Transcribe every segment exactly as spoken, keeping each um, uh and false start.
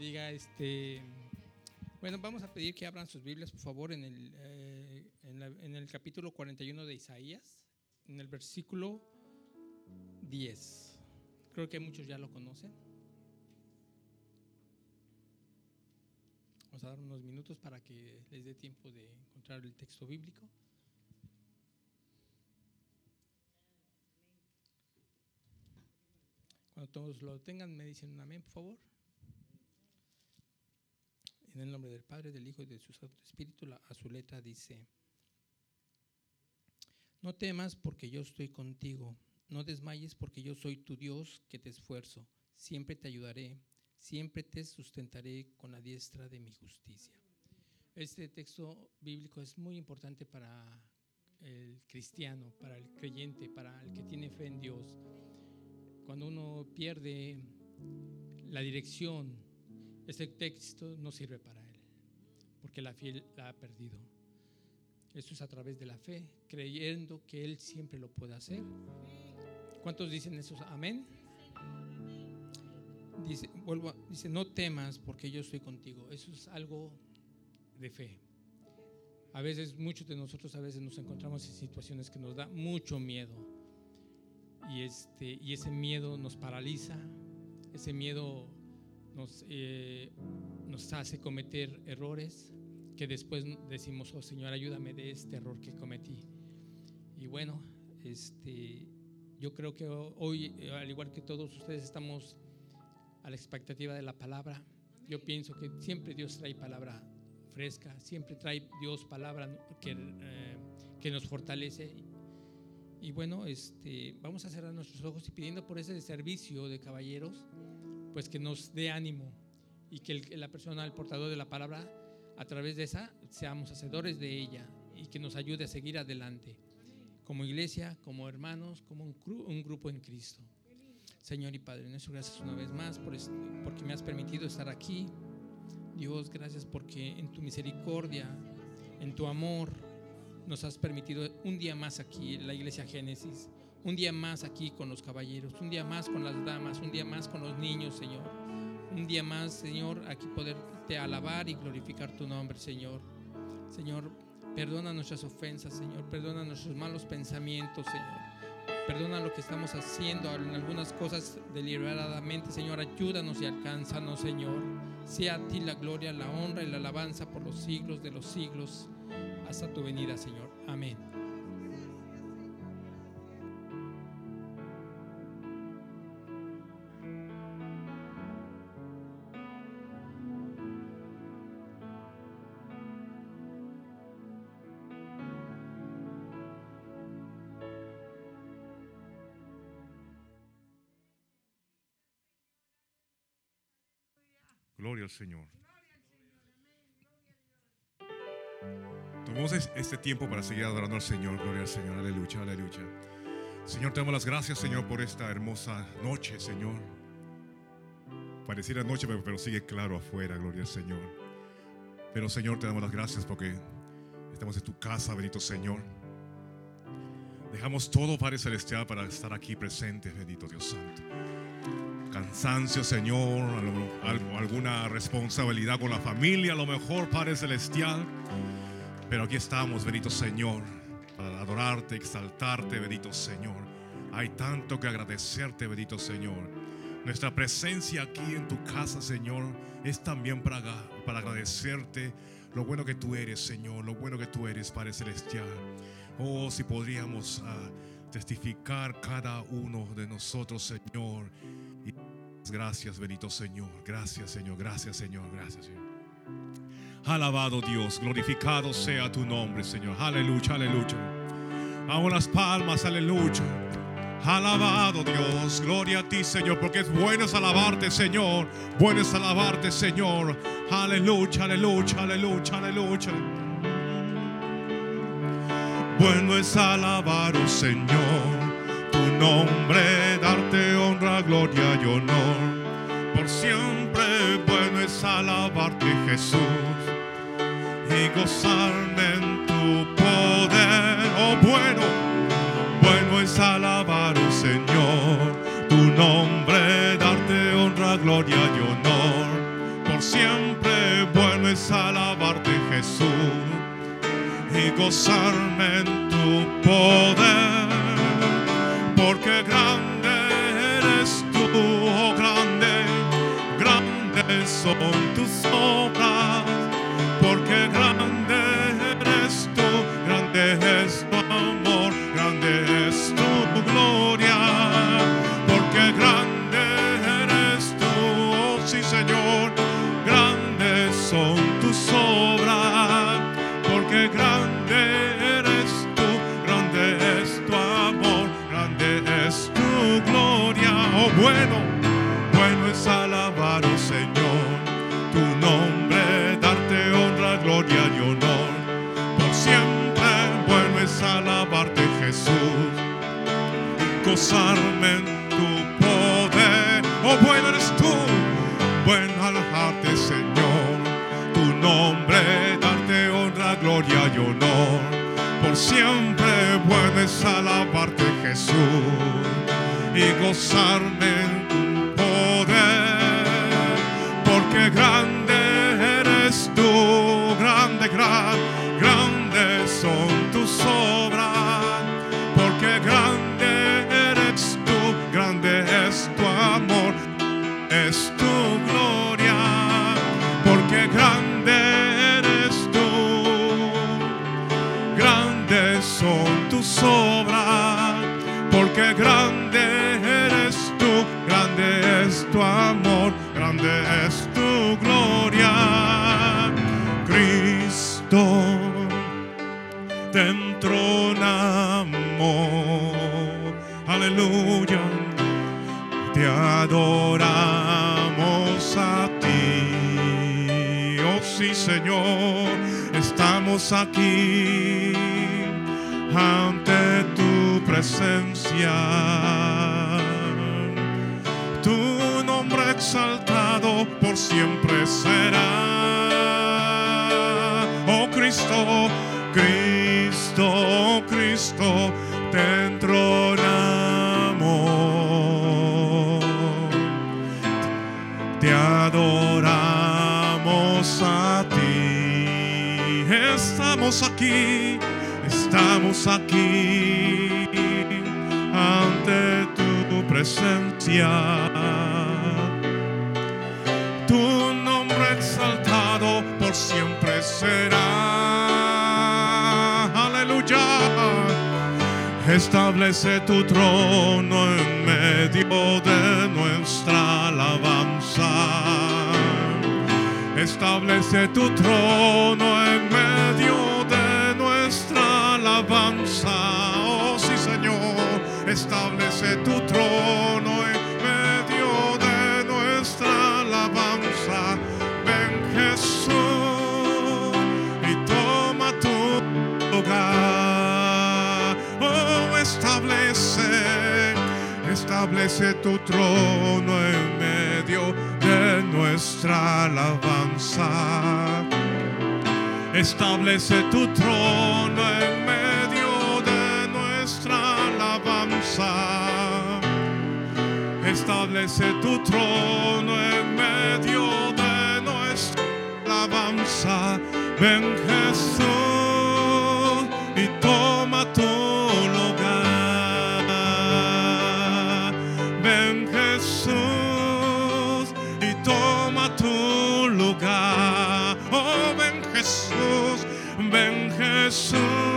Diga, este, bueno, vamos a pedir que abran sus Biblias, por favor, en el, eh, en, la, en el capítulo cuarenta y uno de Isaías, en el versículo diez. Creo que muchos ya lo conocen. Vamos a dar unos minutos para que les dé tiempo de encontrar el texto bíblico. Cuando todos lo tengan, me dicen un amén, por favor. En el nombre del Padre, del Hijo y de su Santo Espíritu, la, a su letra dice: No temas porque yo estoy contigo, no desmayes porque yo soy tu Dios que te esfuerzo, siempre te ayudaré, siempre te sustentaré con la diestra de mi justicia. Este texto bíblico es muy importante para el cristiano, para el creyente, para el que tiene fe en Dios. Cuando uno pierde la dirección, este texto no sirve para él, porque la fe la ha perdido. Esto es a través de la fe, creyendo que Él siempre lo puede hacer. ¿Cuántos dicen eso? Amén. Dice, vuelvo a, dice, no temas porque yo estoy contigo. Eso es algo de fe. A veces, muchos de nosotros a veces nos encontramos en situaciones que nos da mucho miedo. Y, este, y ese miedo nos paraliza, ese miedo nos, eh, nos hace cometer errores que después decimos: oh Señor, ayúdame de este error que cometí. Y bueno, este, yo creo que hoy, al igual que todos ustedes, estamos a la expectativa de la palabra. Yo pienso que siempre Dios trae palabra fresca, siempre trae Dios palabra que, eh, que nos fortalece. Y bueno, este, vamos a cerrar nuestros ojos y pidiendo por ese servicio de caballeros, pues que nos dé ánimo y que el, la persona, el portador de la palabra, a través de esa seamos hacedores de ella y que nos ayude a seguir adelante como iglesia, como hermanos, como un, un grupo en Cristo. Señor y Padre nuestro, gracias una vez más por este, porque me has permitido estar aquí. Dios, gracias porque en tu misericordia, en tu amor, nos has permitido un día más aquí en la iglesia Génesis, un día más aquí con los caballeros, un día más con las damas, un día más con los niños, Señor. Un día más, Señor, aquí poderte alabar y glorificar tu nombre, Señor. Señor, perdona nuestras ofensas, Señor. Perdona nuestros malos pensamientos, Señor. Perdona lo que estamos haciendo en algunas cosas deliberadamente, Señor. Ayúdanos y alcánzanos, Señor. Sea a ti la gloria, la honra y la alabanza por los siglos de los siglos, hasta tu venida, Señor. Amén. Gloria al Señor. Tomamos este tiempo para seguir adorando al Señor. Gloria al Señor, aleluya, aleluya. Señor, te damos las gracias, Señor, por esta hermosa noche, Señor. Pareciera noche, pero sigue claro afuera, gloria al Señor. Pero, Señor, te damos las gracias porque estamos en tu casa, bendito Señor. Dejamos todo, Padre Celestial, para estar aquí presentes, bendito Dios Santo. Cansancio, Señor, alguna responsabilidad con la familia, a lo mejor, Padre Celestial. Pero aquí estamos, bendito Señor, para adorarte, exaltarte, bendito Señor. Hay tanto que agradecerte, bendito Señor. Nuestra presencia aquí en tu casa, Señor, es también para, para agradecerte lo bueno que tú eres, Señor, lo bueno que tú eres, Padre Celestial. Oh, si podríamos uh, testificar cada uno de nosotros, Señor. Y gracias, bendito Señor. Gracias, Señor. Gracias, Señor. Gracias, Señor. Alabado Dios, glorificado sea tu nombre, Señor. Aleluya, aleluya. Vamos las palmas, aleluya. Alabado Dios, gloria a ti, Señor, porque es bueno es alabarte, Señor. Bueno es alabarte, Señor. Aleluya, aleluya, aleluya, aleluya. Bueno es alabar, oh Señor, tu nombre, darte honra, gloria y honor. Por siempre bueno es alabarte, Jesús, y gozarme en tu poder. Oh, bueno, bueno es alabar, oh Señor, tu nombre, darte honra, gloria y honor. Por por siempre vuelves a alabarte, Jesús, y gozarme en tu poder, porque grande eres tú, oh grande, grandes son tus obras, porque grande eres tú, grande es tu amor, grande es tu gloria, porque grande eres tú, oh sí Señor, grandes son tus obras, porque grande eres tú, grande es tu amor, grande es tu gloria. Oh bueno, bueno es alabar, oh Señor, tu nombre, darte honra, gloria y honor. Por siempre bueno es alabarte, Jesús, gozarme en tu poder. Oh bueno eres tú, bueno alabarte, Señor, tu nombre, darte honra, gloria y honor. Por siempre bueno es alabarte, Jesús, y gozarme en tu poder, porque grande eres tú, grande, gran, grandes son tus obras, porque grande eres tú, grande es tu amor, es tu gloria, porque grande eres tú, grandes son tus obras, porque grande eres tú, grande es tu amor, grande es tu gloria. Cristo te entronamos, aleluya, te adoramos a ti. Oh sí Señor, estamos aquí ante tu presencia, tu nombre exaltado por siempre será. Oh Cristo, Cristo, Cristo, te entronamos, te adoramos a ti. Estamos aquí, estamos aquí ante tu presencia, tu nombre exaltado por siempre será. Aleluya. Establece tu trono en medio de nuestra alabanza. Establece tu trono en medio de nuestra alabanza. Oh sí Señor, establece tu trono en medio de nuestra alabanza. Ven Jesús y toma tu lugar. Oh, establece, establece tu trono en medio de nuestra alabanza. Establece tu trono en medio de nuestra alabanza. Establece tu trono en medio de nuestra alabanza. Ven Jesús y toma tu lugar. Ven Jesús y toma tu lugar. Oh, ven Jesús, ven Jesús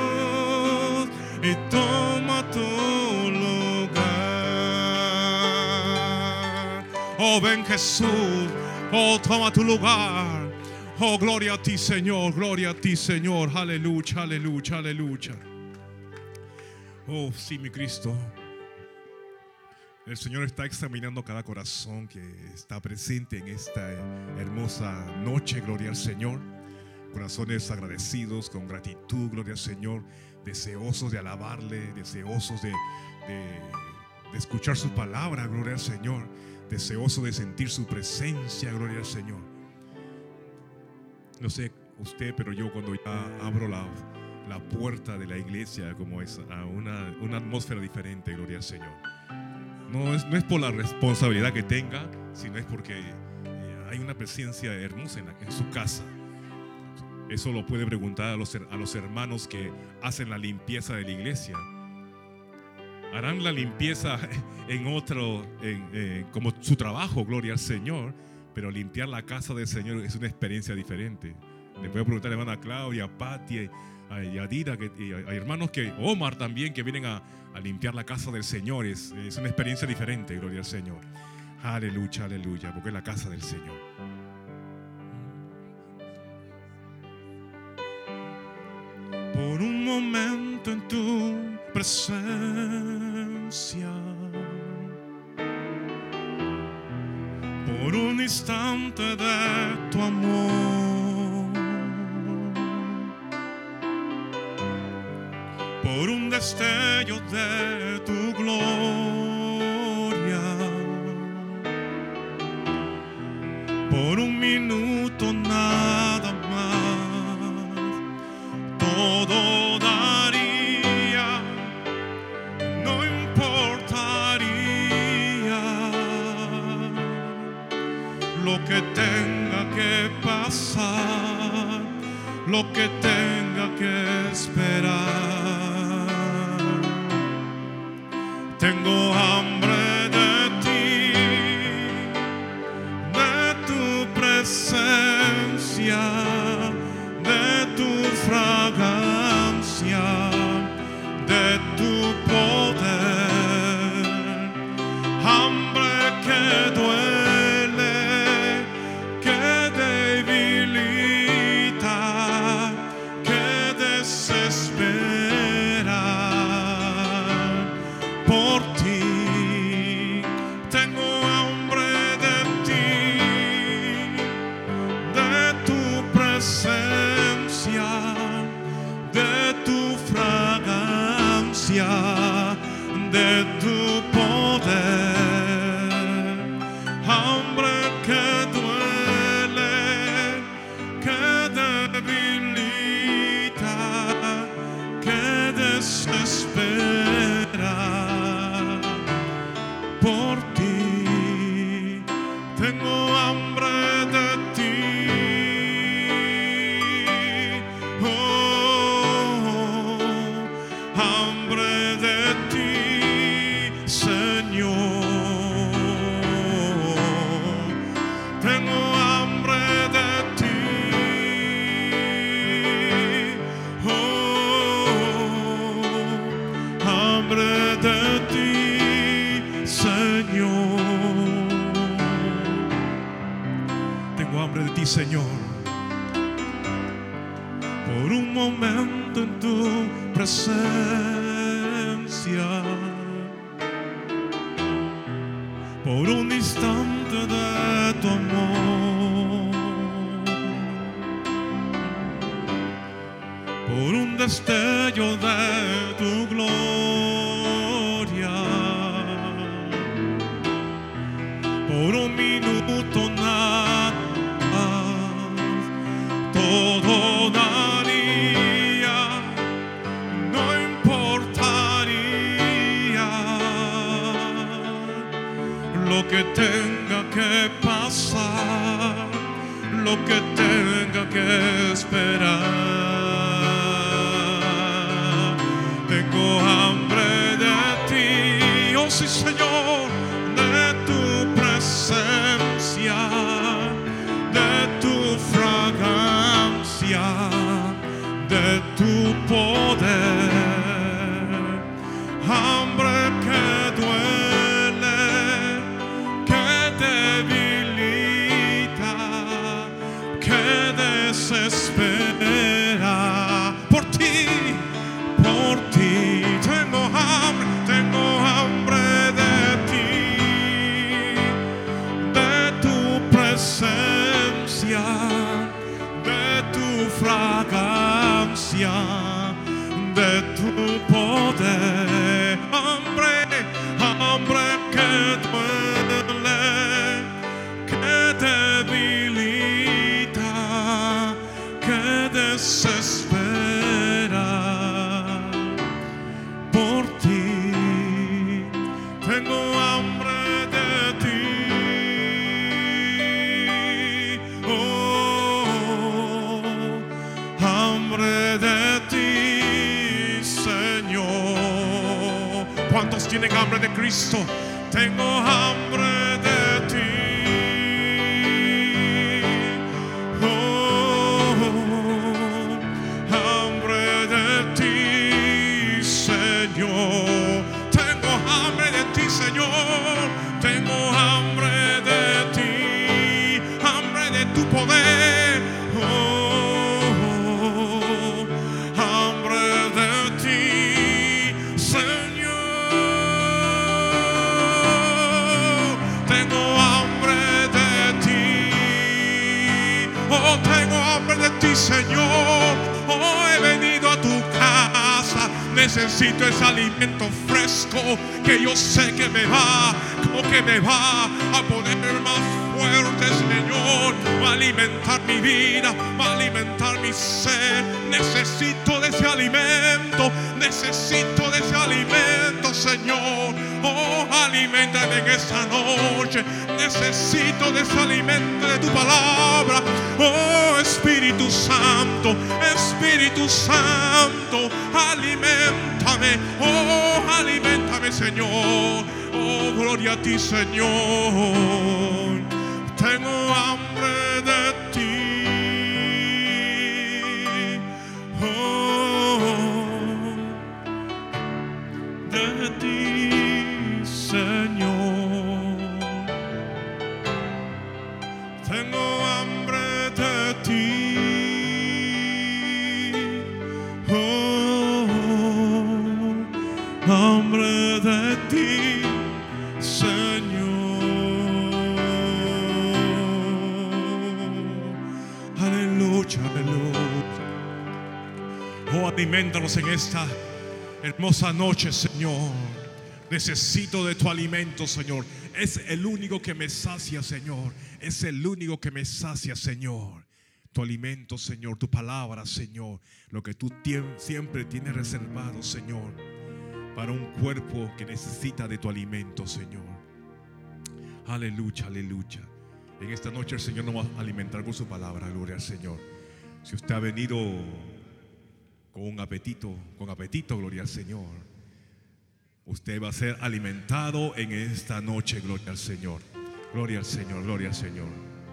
y toma tu lugar. Oh, ven Jesús, oh, toma tu lugar. Oh, gloria a ti, Señor, gloria a ti, Señor. Aleluya, aleluya, aleluya. Oh, sí, mi Cristo. El Señor está examinando cada corazón que está presente en esta hermosa noche. Gloria al Señor. Corazones agradecidos, con gratitud, gloria al Señor. Deseosos de alabarle, deseosos de, de, de escuchar su palabra, gloria al Señor. Deseosos de sentir su presencia, gloria al Señor. No sé usted, pero yo cuando ya abro la, la puerta de la iglesia, como es a una, una atmósfera diferente, gloria al Señor. No es, no es por la responsabilidad que tenga, sino es porque eh, hay una presencia hermosa en, la, en su casa. Eso lo puede preguntar a los, a los hermanos que hacen la limpieza de la iglesia. Harán la limpieza en otro, en, eh, como su trabajo, gloria al Señor, pero limpiar la casa del Señor es una experiencia diferente. Le puedo preguntar a la hermana Claudia, a Patti, a Yadira, que, y a, a hermanos que, Omar también, que vienen a, a limpiar la casa del Señor. Es, es una experiencia diferente, gloria al Señor. Aleluya, aleluya, porque es la casa del Señor. Por un momento en tu presencia, por un instante de tu amor, por un destello de tu gloria, por un minuto nada más, todo daría, no importaría lo que tenga que pasar, lo que tenga que esperar. Tengo hambre de ti, de tu presencia, de tu fragancia, de tu poder. Hambre que duele, que debilita, que desespera. Por ti tengo hambre de ti, de tu presencia, de tu fragancia, de tu poder. Hambre que duele, que debilita, que desespera. Por ti tengo hambre de ti. Oh, hambre de ti, Señor. Tengo hambre de ti. Oh, hambre de ti, Señor. Tengo hambre de ti, Señor. Por un momento en tu presencia, por un instante de tu amor, por un destello de tu gloria, por un minuto nada más, todo daría, no importaría lo que tenga que pasar, lo que tenga que esperar. Tengo hambre de ti, oh sí, Señor, de tu presencia, de tu fragancia, de tu poder. Hambre que duele, que debilita, que desespera. Por ti, por ti tengo hambre, tengo hambre de ti, de tu presencia, de tu fragancia, de tu poder. Hambre, hambre que duele, que debilita, que desespera. Por ti tengo hambre de ti. ¿Cuántos tienen hambre de Cristo? Tengo hambre de ti. Oh, hambre de ti, Señor. Tengo hambre de ti, Señor. Tengo hambre de ti, hambre de tu poder. Oh, hambre de ti, Señor. Tengo hambre de ti. Oh, tengo hambre de ti, Señor. Oh, he venido a tu casa. Necesito ese alimento fresco que yo sé que me va, como que me va a poner más fuerte, Señor. Va a alimentar mi vida, va a alimentar mi ser. Necesito de ese alimento, necesito de ese alimento, Señor. Oh, aliméntame en esta noche. Necesito de ese alimento de tu palabra. Oh, Espíritu Santo, Espíritu Santo, aliméntame. Oh, aliméntame, Señor. Oh, gloria a ti, Señor. Tengo hambre de ti. Oh, de ti, Señor. Tengo hambre de ti. Oh, hambre de ti, Señor. Aleluya, aleluya. Oh, alimentanos en esta hermosa noche, Señor. Necesito de tu alimento, Señor. Es el único que me sacia, Señor. Es el único que me sacia, Señor. Tu alimento, Señor, tu palabra, Señor. Lo que tú siempre tienes reservado, Señor, para un cuerpo que necesita de tu alimento, Señor. Aleluya, aleluya. En esta noche el Señor nos va a alimentar con su palabra. Gloria al Señor. Si usted ha venido con un apetito, con apetito, gloria al Señor, usted va a ser alimentado en esta noche. Gloria al Señor. Gloria al Señor, gloria al Señor.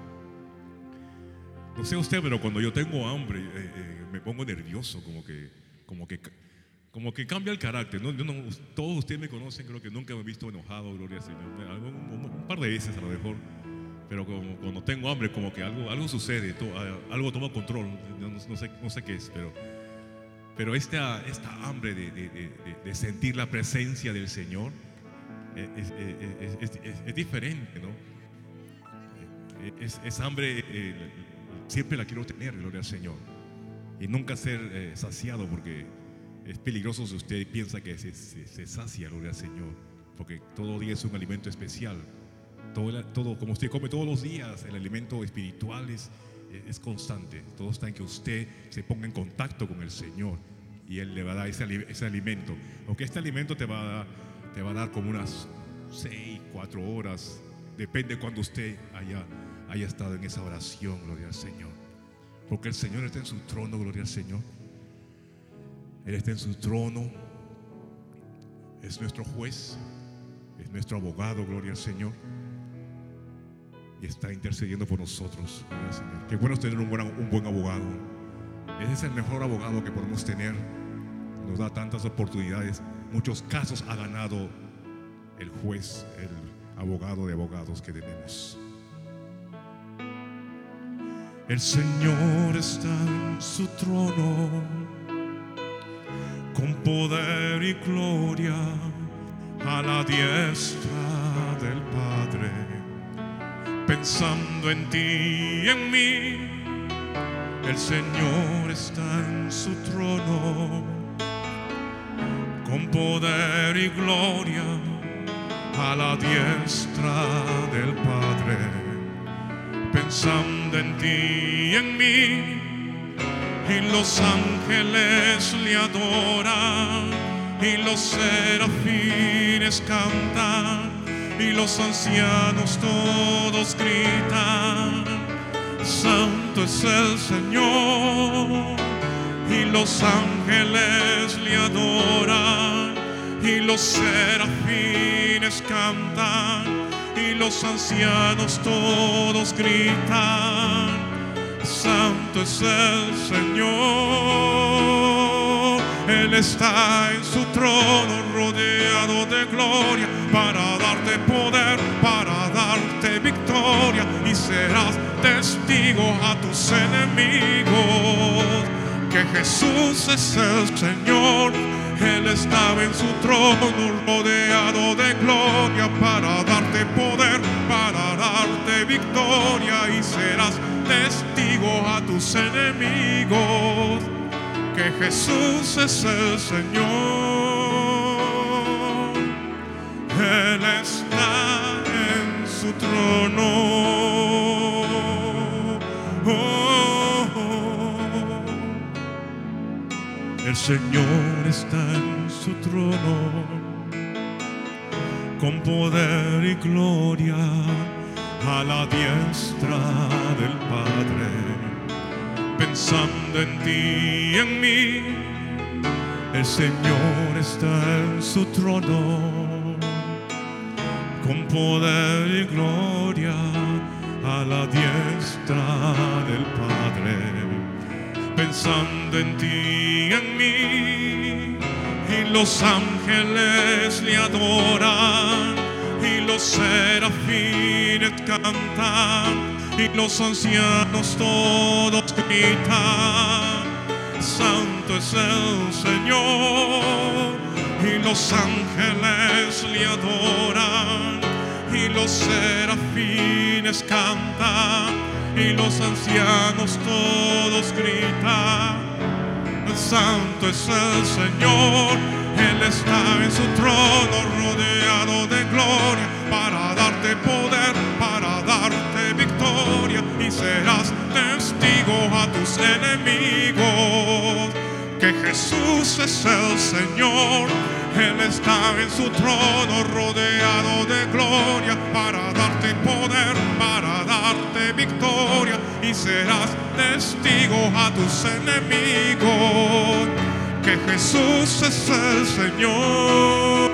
No sé usted, pero cuando yo tengo hambre eh, eh, me pongo nervioso, como que, como que, como que cambia el carácter. No, yo no, todos ustedes me conocen, creo que nunca me he visto enojado, gloria al Señor. Un, un, un par de veces a lo mejor, pero como, cuando tengo hambre, como que algo, algo sucede, to, algo toma control. No, no, sé, no sé qué es, pero, pero esta, esta hambre de, de, de, de sentir la presencia del Señor es, es, es, es, es diferente, ¿no? Es, es hambre. Eh, Siempre la quiero tener, gloria al Señor. Y nunca ser eh, saciado, porque es peligroso si usted piensa que se, se, se sacia, gloria al Señor. Porque todo día es un alimento especial. Todo, todo, como usted come todos los días, el alimento espiritual es, es constante. Todo está en que usted se ponga en contacto con el Señor y Él le va a dar ese, ese alimento. Aunque este alimento te va a dar, te va a dar como unas seis, cuatro horas. Depende cuando usted haya haya estado en esa oración, gloria al Señor. Porque el Señor está en su trono, gloria al Señor. Él está en su trono. Es nuestro juez, es nuestro abogado, gloria al Señor. Y está intercediendo por nosotros, gloria al Señor. Qué bueno es tener un buen, un buen abogado. Ese es el mejor abogado que podemos tener. Nos da tantas oportunidades. Muchos casos ha ganado el juez, el abogado de abogados que tenemos. El Señor está en su trono, con poder y gloria, a la diestra del Padre. Pensando en ti y en mí, el Señor está en su trono, con poder y gloria, a la diestra del Padre. Pensando en ti y en mí, y los ángeles le adoran, y los serafines cantan, y los ancianos todos gritan: Santo es el Señor. Y los ángeles le adoran, y los serafines cantan, y los ancianos todos gritan: Santo es el Señor. Él está en su trono rodeado de gloria, para darte poder, para darte victoria, y serás testigo a tus enemigos que Jesús es el Señor. Él estaba en su trono rodeado de gloria, para darte poder, para darte victoria, y serás testigo a tus enemigos que Jesús es el Señor. Él está en su trono. Oh, oh. El Señor está en su trono, con poder y gloria, a la diestra del Padre. Pensando en ti y en mí, el Señor está en su trono, con poder y gloria, a la diestra del Padre. Pensando en ti y en mí, y los ángeles le adoran, y los serafines cantan, y los ancianos todos gritan: Santo es el Señor. Y los ángeles le adoran, y los serafines cantan, y los ancianos todos gritan: Santo es el Señor. Él está en su trono rodeado de gloria, para darte poder, para darte victoria, y serás testigo a tus enemigos que Jesús es el Señor. Él está en su trono rodeado de gloria, para darte poder, para darte victoria, y serás testigo a tus enemigos que Jesús es el Señor.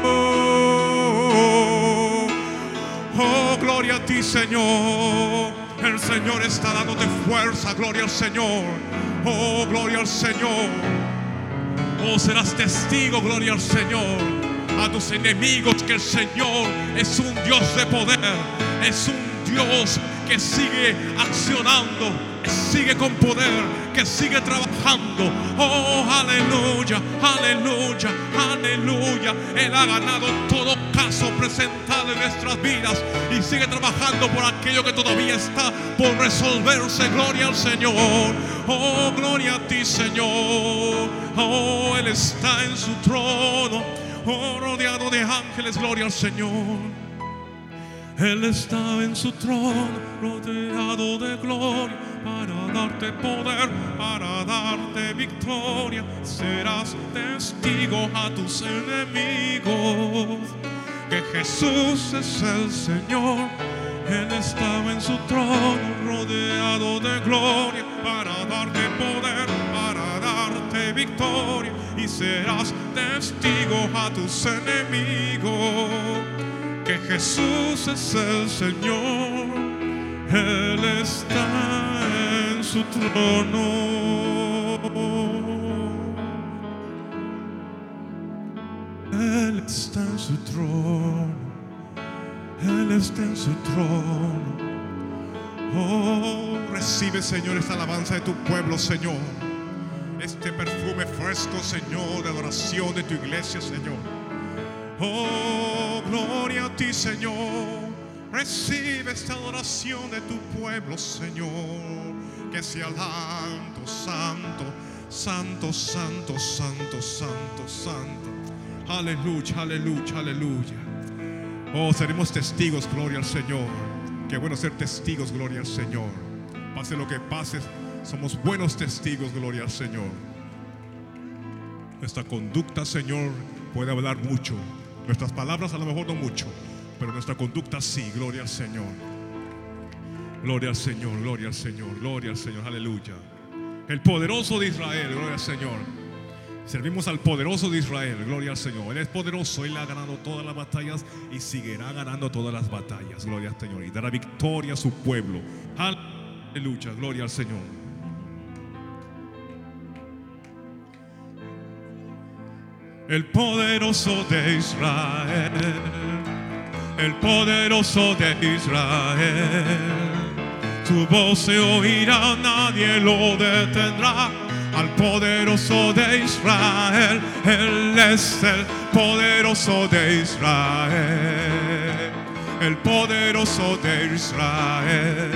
Oh, gloria a ti, Señor. El Señor está dándote fuerza. Gloria al Señor. Oh, gloria al Señor. Oh, serás testigo, gloria al Señor, a tus enemigos, que el Señor es un Dios de poder, es un Dios que sigue accionando, que sigue con poder, que sigue trabajando. Oh, aleluya, aleluya, aleluya. Él ha ganado todo caso presentado en nuestras vidas y sigue trabajando por aquello que todavía está por resolverse. Gloria al Señor. Oh, gloria a ti, Señor. Oh, Él está en su trono, oh, rodeado de ángeles. Gloria al Señor. Él está en su trono, rodeado de gloria, para darte poder, para darte victoria. Serás testigo a tus enemigos que Jesús es el Señor. Él estaba en su trono, rodeado de gloria, para darte poder, para darte victoria, y serás testigo a tus enemigos que Jesús es el Señor. Él está en su trono. Él está en su trono. Él está en su trono. Oh, recibe, Señor, esta alabanza de tu pueblo, Señor. Este perfume fresco, Señor, de adoración de tu iglesia, Señor. Oh, gloria a ti, Señor. Recibe esta adoración de tu pueblo, Señor. Que sea santo, santo, santo, santo, santo, santo, santo. Aleluya, aleluya, aleluya. Oh, seremos testigos, gloria al Señor. Qué bueno ser testigos, gloria al Señor. Pase lo que pase, somos buenos testigos, gloria al Señor. Nuestra conducta, Señor, puede hablar mucho. Nuestras palabras a lo mejor no mucho, pero nuestra conducta sí, gloria al Señor. Gloria al Señor, gloria al Señor, gloria al Señor, aleluya. El poderoso de Israel, gloria al Señor. Servimos al poderoso de Israel, gloria al Señor. Él es poderoso, Él ha ganado todas las batallas y seguirá ganando todas las batallas, gloria al Señor. Y dará victoria a su pueblo. Aleluya, gloria al Señor. El poderoso de Israel, el poderoso de Israel. Su voz se oirá, nadie lo detendrá. Al poderoso de Israel, Él es el poderoso de Israel, el poderoso de Israel.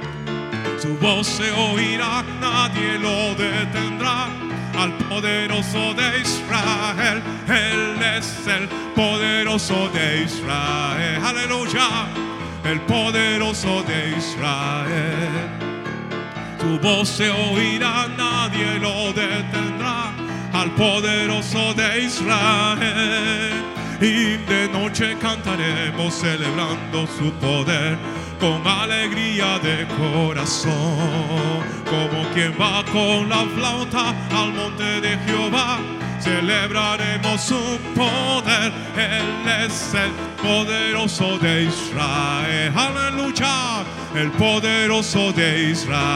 Su voz se oirá, nadie lo detendrá. Al poderoso de Israel, Él es el poderoso de Israel. Aleluya, el poderoso de Israel. Su voz se oirá, nadie lo detendrá. Al poderoso de Israel. Y de noche cantaremos celebrando su poder con alegría de corazón, como quien va con la flauta al monte de Jehová. Celebraremos su poder. Él es el poderoso de Israel. Aleluya, el poderoso de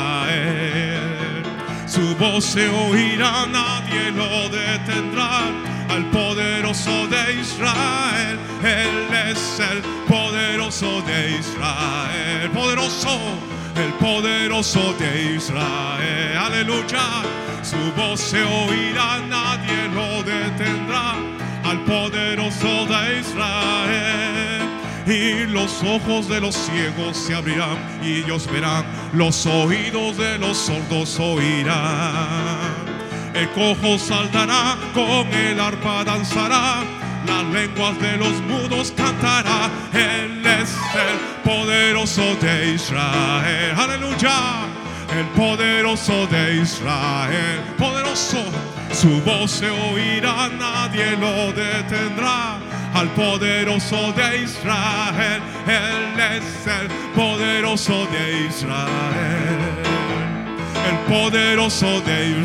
Israel. Su voz se oirá, nadie lo detendrá. Al poderoso de Israel, Él es el poderoso de Israel. Poderoso, el poderoso de Israel. Aleluya. Su voz se oirá, nadie lo detendrá. Al poderoso de Israel. Y los ojos de los ciegos se abrirán y ellos verán. Los oídos de los sordos oirán. El cojo saltará, con el arpa danzará. Las lenguas de los mudos cantará. Él es el poderoso de Israel. Aleluya. El poderoso de Israel. Poderoso. Su voz se oirá, nadie lo detendrá. Al poderoso de Israel. Él es el poderoso de Israel. El poderoso de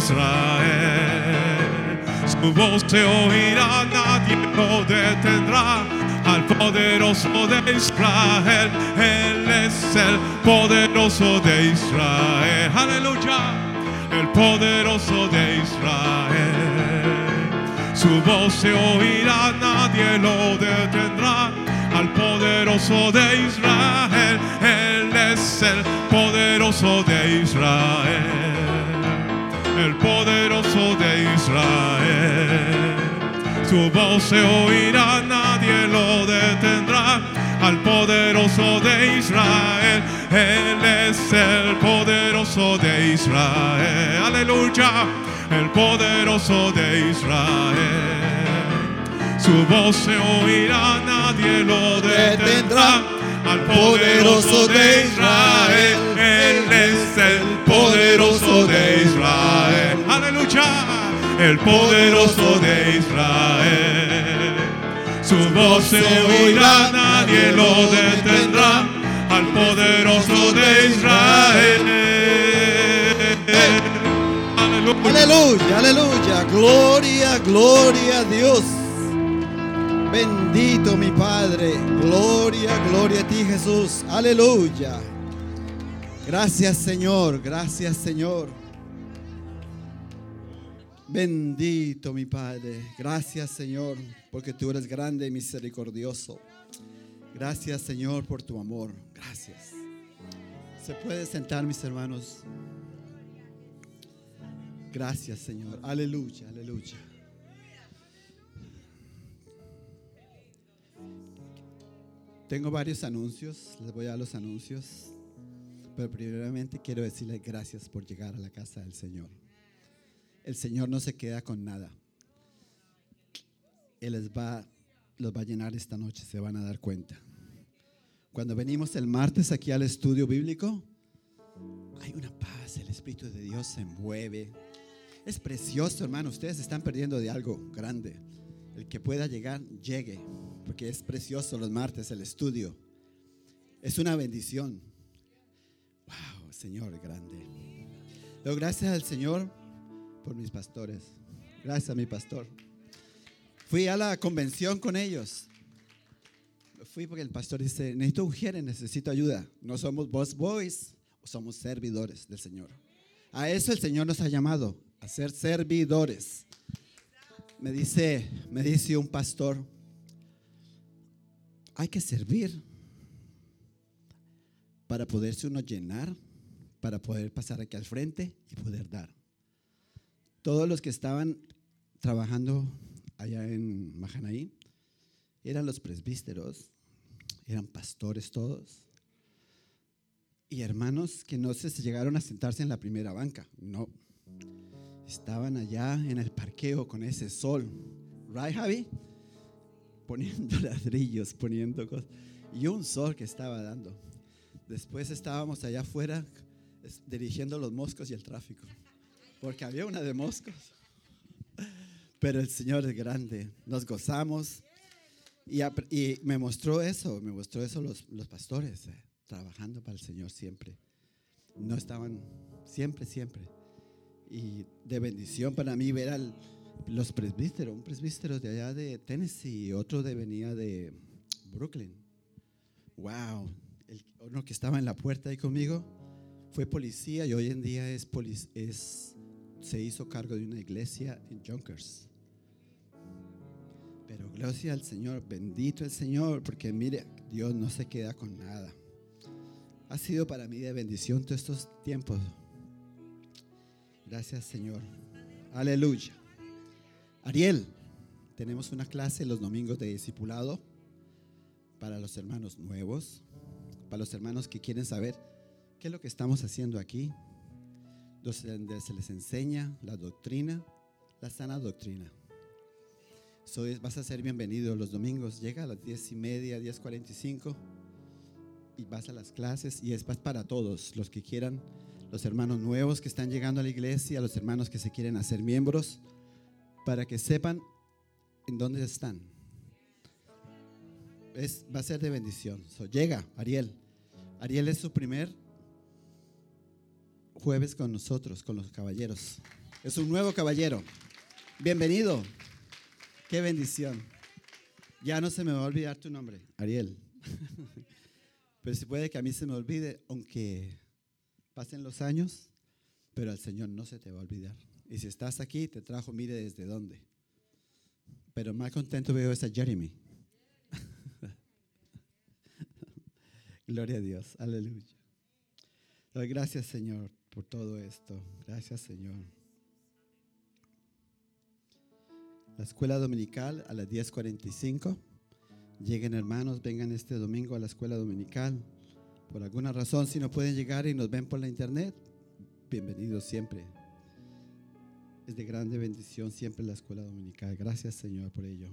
Israel. Su voz se oirá, nadie lo detendrá. Al poderoso de Israel. Él es el poderoso de Israel. Aleluya. El poderoso de Israel. Su voz se oirá, nadie lo detendrá. Al poderoso de Israel. Él es el poderoso de Israel. El poderoso de Israel. Su voz se oirá, nadie lo detendrá. Al poderoso de Israel. Él es el poderoso de Israel. Aleluya. El poderoso de Israel. Su voz se oirá, nadie lo detendrá. Al poderoso de Israel. Él es el poderoso de Israel. Aleluya. El poderoso de Israel. Su voz se oirá, nadie lo detendrá. Al poderoso de Israel. Aleluya. Aleluya, aleluya. Gloria, gloria a Dios. Bendito mi Padre. Gloria, gloria a ti, Jesús. Aleluya. Gracias, Señor. Gracias, Señor. Bendito mi Padre. Gracias, Señor, porque tú eres grande y misericordioso. Gracias, Señor, por tu amor. Gracias. ¿Se puede sentar, mis hermanos? Gracias, Señor. Aleluya, aleluya. Tengo varios anuncios. Les voy a dar los anuncios. Pero primeramente quiero decirles gracias por llegar a la casa del Señor. El Señor no se queda con nada. Él les va, los va a llenar esta noche, se van a dar cuenta. Cuando venimos el martes aquí al estudio bíblico, hay una paz, el Espíritu de Dios se mueve. Es precioso, hermano, ustedes están perdiendo de algo grande. El que pueda llegar, llegue, porque es precioso los martes el estudio. Es una bendición. Wow, Señor grande. Doy gracias al Señor por mis pastores. Gracias, mi pastor. Fui a la convención con ellos. Fui porque el pastor dice, necesito ungieres, necesito ayuda. No somos boss boys, somos servidores del Señor. A eso el Señor nos ha llamado, a ser servidores. Me dice, me dice un pastor, hay que servir para poderse uno llenar, para poder pasar aquí al frente y poder dar. Todos los que estaban trabajando allá en Mahanaim eran los presbíteros, eran pastores todos, y hermanos que no se llegaron a sentarse en la primera banca, no, estaban allá en el parqueo con ese sol, right, Javi? Poniendo ladrillos, poniendo cosas, y un sol que estaba dando. Después estábamos allá afuera dirigiendo los moscos y el tráfico, porque había una de moscos. Pero el Señor es grande, nos gozamos. Y, y me mostró eso, me mostró eso los, los pastores, eh, trabajando para el Señor siempre. No estaban, siempre, siempre. Y de bendición para mí ver a los presbíteros, un presbítero de allá de Tennessee, otro de venía de Brooklyn. Wow, el, uno que estaba en la puerta ahí conmigo fue policía y hoy en día es, polic, es se hizo cargo de una iglesia en Yonkers. Pero gloria al Señor, bendito el Señor, porque mire, Dios no se queda con nada. Ha sido para mí de bendición todos estos tiempos. Gracias, Señor. Aleluya. Ariel, tenemos una clase los domingos de discipulado para los hermanos nuevos, para los hermanos que quieren saber qué es lo que estamos haciendo aquí, donde se les enseña la doctrina, la sana doctrina. So, vas a ser bienvenido los domingos. Llega a las diez y media, diez cuarenta y cinco y vas a las clases y es para todos los que quieran, los hermanos nuevos que están llegando a la iglesia, los hermanos que se quieren hacer miembros, para que sepan en dónde están. Es, va a ser de bendición. So, llega Ariel. Ariel es su primer jueves con nosotros, con los caballeros. Es un nuevo caballero. Bienvenido. Qué bendición. Ya no se me va a olvidar tu nombre, Ariel. Pero si puede que a mí se me olvide, aunque pasen los años, pero al Señor no se te va a olvidar. Y si estás aquí, te trajo, mire desde dónde. Pero más contento veo es a Jeremy. Gloria a Dios, aleluya. Doy gracias, Señor, por todo esto. Gracias, Señor. La escuela dominical a las diez cuarenta y cinco. Lleguen, hermanos, vengan este domingo a la escuela dominical. Por alguna razón, si no pueden llegar y nos ven por la internet, bienvenidos siempre. Es de grande bendición siempre la escuela dominical. Gracias, Señor, por ello.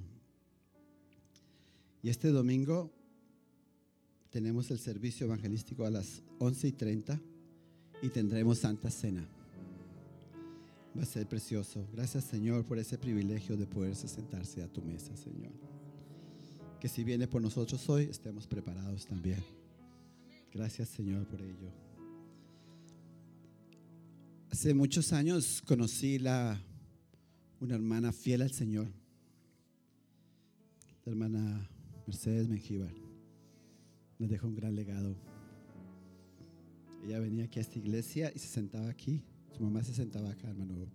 Y este domingo tenemos el servicio evangelístico a las once y treinta y tendremos Santa Cena. Va a ser precioso. Gracias, Señor, por ese privilegio de poderse sentarse a tu mesa, Señor. Que si viene por nosotros hoy, estemos preparados también. Gracias, Señor, por ello. Hace muchos años conocí la, una hermana fiel al Señor, la hermana Mercedes Mengíbar. Nos dejó un gran legado. Ella venía aquí a esta iglesia y se sentaba aquí. Su mamá se sentaba acá, hermano.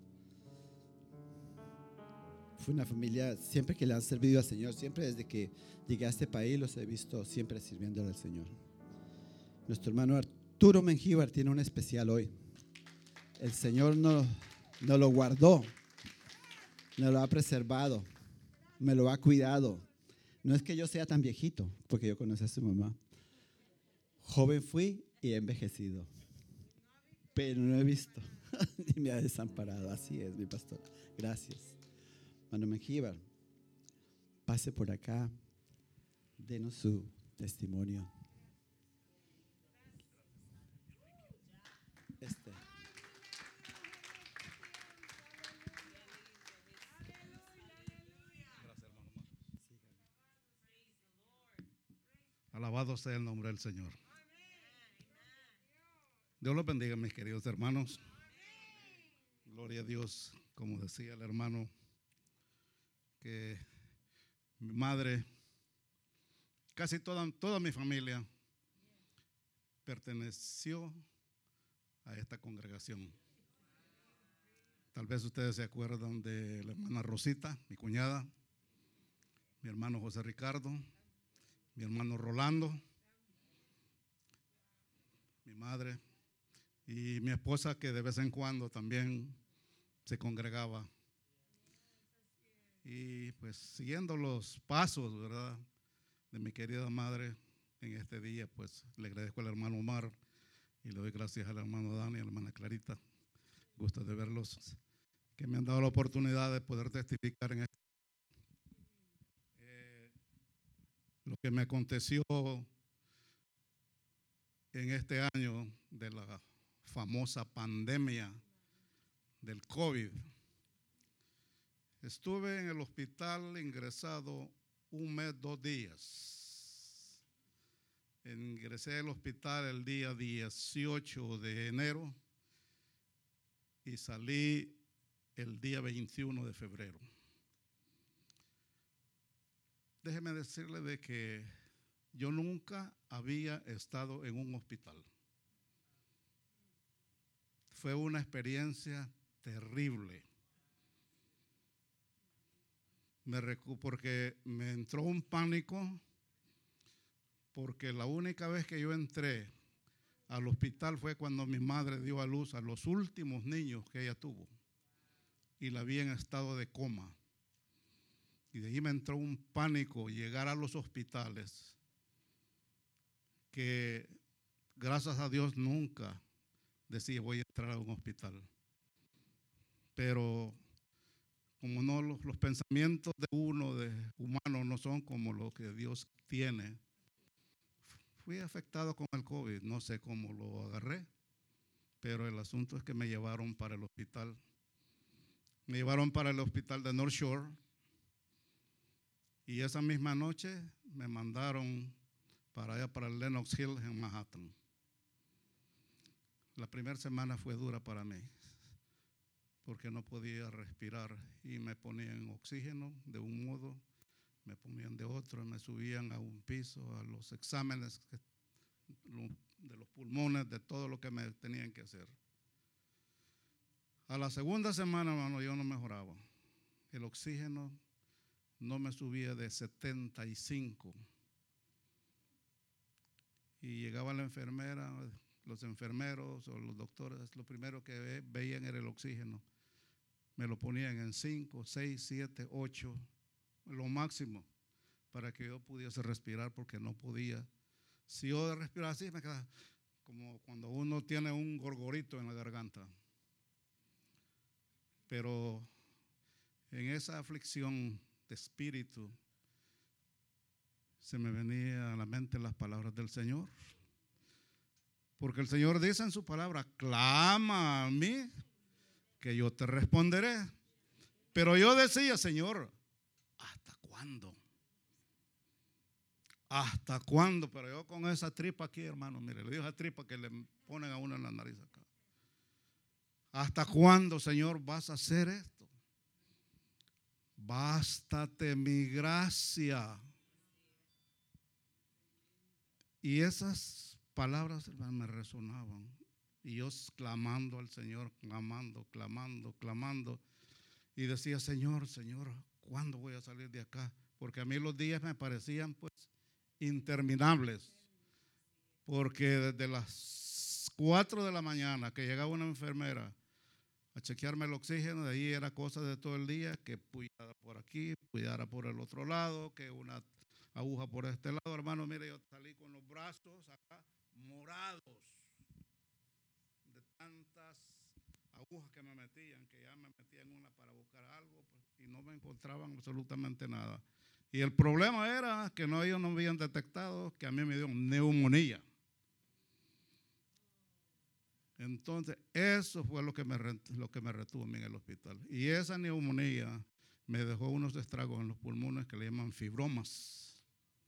Fue una familia, siempre que le han servido al Señor, siempre desde que llegué a este país los he visto siempre sirviéndole al Señor. Nuestro hermano Arturo Mengíbar tiene un especial hoy. El Señor nos no lo guardó, nos lo ha preservado, me lo ha cuidado. No es que yo sea tan viejito, porque yo conocí a su mamá. Joven fui y he envejecido, pero no he visto ni me ha desamparado. Así es, mi pastor. Gracias. Hermano Mengíbar, pase por acá, denos su testimonio. Este. Alabado sea el nombre del Señor. Dios los bendiga, mis queridos hermanos. Gloria a Dios, como decía el hermano, que mi madre, casi toda, toda mi familia perteneció a esta congregación. Tal vez ustedes se acuerdan de la hermana Rosita, mi cuñada, mi hermano José Ricardo, mi hermano Rolando, mi madre y mi esposa, que de vez en cuando también se congregaba. Y pues siguiendo los pasos, ¿verdad?, de mi querida madre, en este día pues le agradezco al hermano Omar y le doy gracias al hermano Dani y a la hermana Clarita. Gusto de verlos, que me han dado la oportunidad de poder testificar en esto. Eh, lo que me aconteció en este año de la famosa pandemia del COVID. Estuve en el hospital ingresado un mes, dos días. Ingresé al hospital el día dieciocho de enero y salí el día veintiuno de febrero. Déjeme decirle de que yo nunca había estado en un hospital. Fue una experiencia terrible. Me recu- porque me entró un pánico, porque la única vez que yo entré al hospital fue cuando mi madre dio a luz a los últimos niños que ella tuvo y la vi en estado de coma. Y de ahí me entró un pánico llegar a los hospitales, que gracias a Dios nunca decía voy a entrar a un hospital. Pero como no, los, los pensamientos de uno, de humano, no son como los que Dios tiene. Fui afectado con el COVID, no sé cómo lo agarré, pero el asunto es que me llevaron para el hospital. Me llevaron para el hospital de North Shore y esa misma noche me mandaron para allá, para el Lenox Hill en Manhattan. La primera semana fue dura para mí, porque no podía respirar y me ponían oxígeno de un modo, me ponían de otro, me subían a un piso, a los exámenes de los pulmones, de todo lo que me tenían que hacer. A la segunda semana, hermano, yo no mejoraba. El oxígeno no me subía de setenta y cinco. Y llegaba la enfermera, los enfermeros o los doctores, lo primero que ve, veían era el oxígeno. Me lo ponían en cinco, seis, siete, ocho, lo máximo, para que yo pudiese respirar, porque no podía. Si yo respiraba así, me quedaba como cuando uno tiene un gorgorito en la garganta. Pero en esa aflicción de espíritu se me venía a la mente las palabras del Señor. Porque el Señor dice en su palabra, clama a mí, que yo te responderé. Pero yo decía, Señor, ¿hasta cuándo? ¿Hasta cuándo? Pero yo con esa tripa aquí, hermano, mire, le digo esa tripa que le ponen a uno en la nariz acá. ¿Hasta cuándo, Señor, vas a hacer esto? Bástate mi gracia. Y esas palabras, hermano, me resonaban. Y yo clamando al Señor, clamando, clamando, clamando. Y decía, Señor, Señor, ¿cuándo voy a salir de acá? Porque a mí los días me parecían pues interminables. Porque desde las cuatro de la mañana que llegaba una enfermera a chequearme el oxígeno, de ahí era cosa de todo el día, que puyara por aquí, puyara por el otro lado, que una aguja por este lado. Hermano, mire, yo salí con los brazos acá morados de tantas agujas que me metían, que ya me metían una para buscar algo, pues, y no me encontraban absolutamente nada. Y el problema era que no, ellos no habían detectado que a mí me dio neumonía. Entonces, eso fue lo que me, lo que me retuvo a mí en el hospital. Y esa neumonía me dejó unos estragos en los pulmones que le llaman fibromas.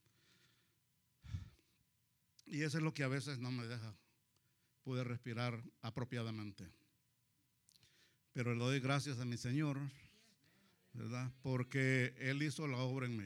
Y eso es lo que a veces no me deja poder respirar apropiadamente. Pero le doy gracias a mi Señor, ¿verdad? Porque Él hizo la obra en mí.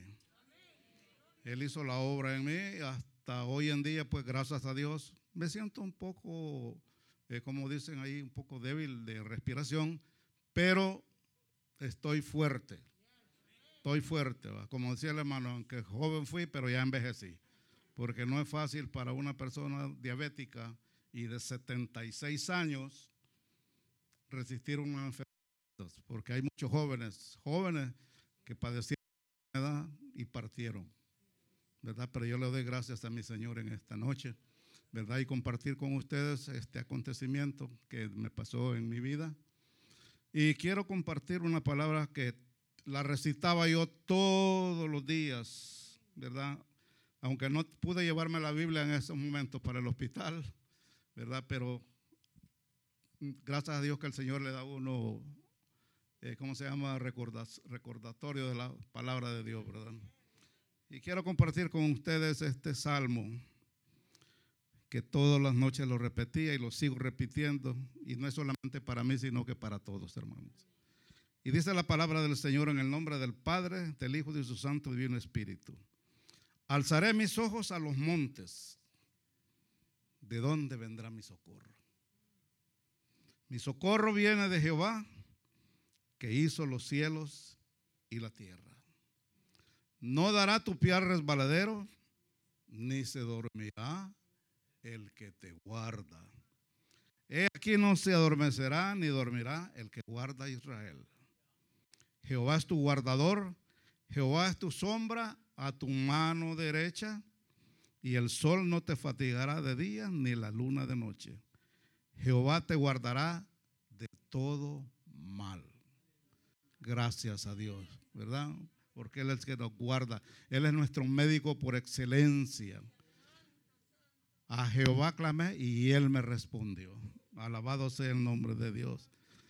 Él hizo la obra en mí. Hasta hoy en día, pues gracias a Dios, me siento un poco, eh, como dicen ahí, un poco débil de respiración, pero estoy fuerte. Estoy fuerte, ¿va? Como decía el hermano, aunque joven fui, pero ya envejecí. Porque no es fácil para una persona diabética y de setenta y seis años resistir una enfermedad. Porque hay muchos jóvenes, jóvenes que padecieron enfermedad y partieron, ¿verdad? Pero yo le doy gracias a mi Señor en esta noche, ¿verdad? Y compartir con ustedes este acontecimiento que me pasó en mi vida. Y quiero compartir una palabra que la recitaba yo todos los días, ¿verdad? Aunque no pude llevarme la Biblia en esos momentos para el hospital, ¿verdad? Pero gracias a Dios que el Señor le da a uno, eh, ¿cómo se llama? Recordas, recordatorio de la palabra de Dios, ¿verdad? Y quiero compartir con ustedes este salmo que todas las noches lo repetía y lo sigo repitiendo. Y no es solamente para mí, sino que para todos, hermanos. Y dice la palabra del Señor en el nombre del Padre, del Hijo y de su Santo Divino Espíritu. Alzaré mis ojos a los montes. ¿De dónde vendrá mi socorro? Mi socorro viene de Jehová, que hizo los cielos y la tierra. No dará tu pie resbaladero, ni se dormirá el que te guarda. He aquí no se adormecerá ni dormirá el que guarda a Israel. Jehová es tu guardador, Jehová es tu sombra a tu mano derecha, y el sol no te fatigará de día, ni la luna de noche. Jehová te guardará de todo mal. Gracias a Dios, ¿verdad? Porque Él es el que nos guarda. Él es nuestro médico por excelencia. A Jehová clamé y Él me respondió. Alabado sea el nombre de Dios.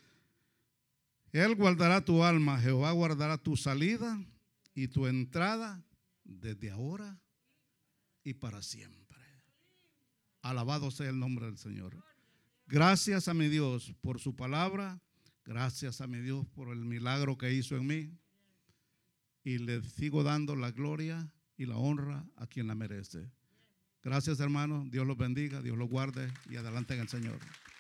Él guardará tu alma, Jehová guardará tu salida y tu entrada desde ahora y para siempre. Alabado sea el nombre del Señor. Gracias a mi Dios por su palabra. Gracias a mi Dios por el milagro que hizo en mí. Y le sigo dando la gloria y la honra a quien la merece. Gracias, hermanos. Dios los bendiga, Dios los guarde y adelante en el Señor.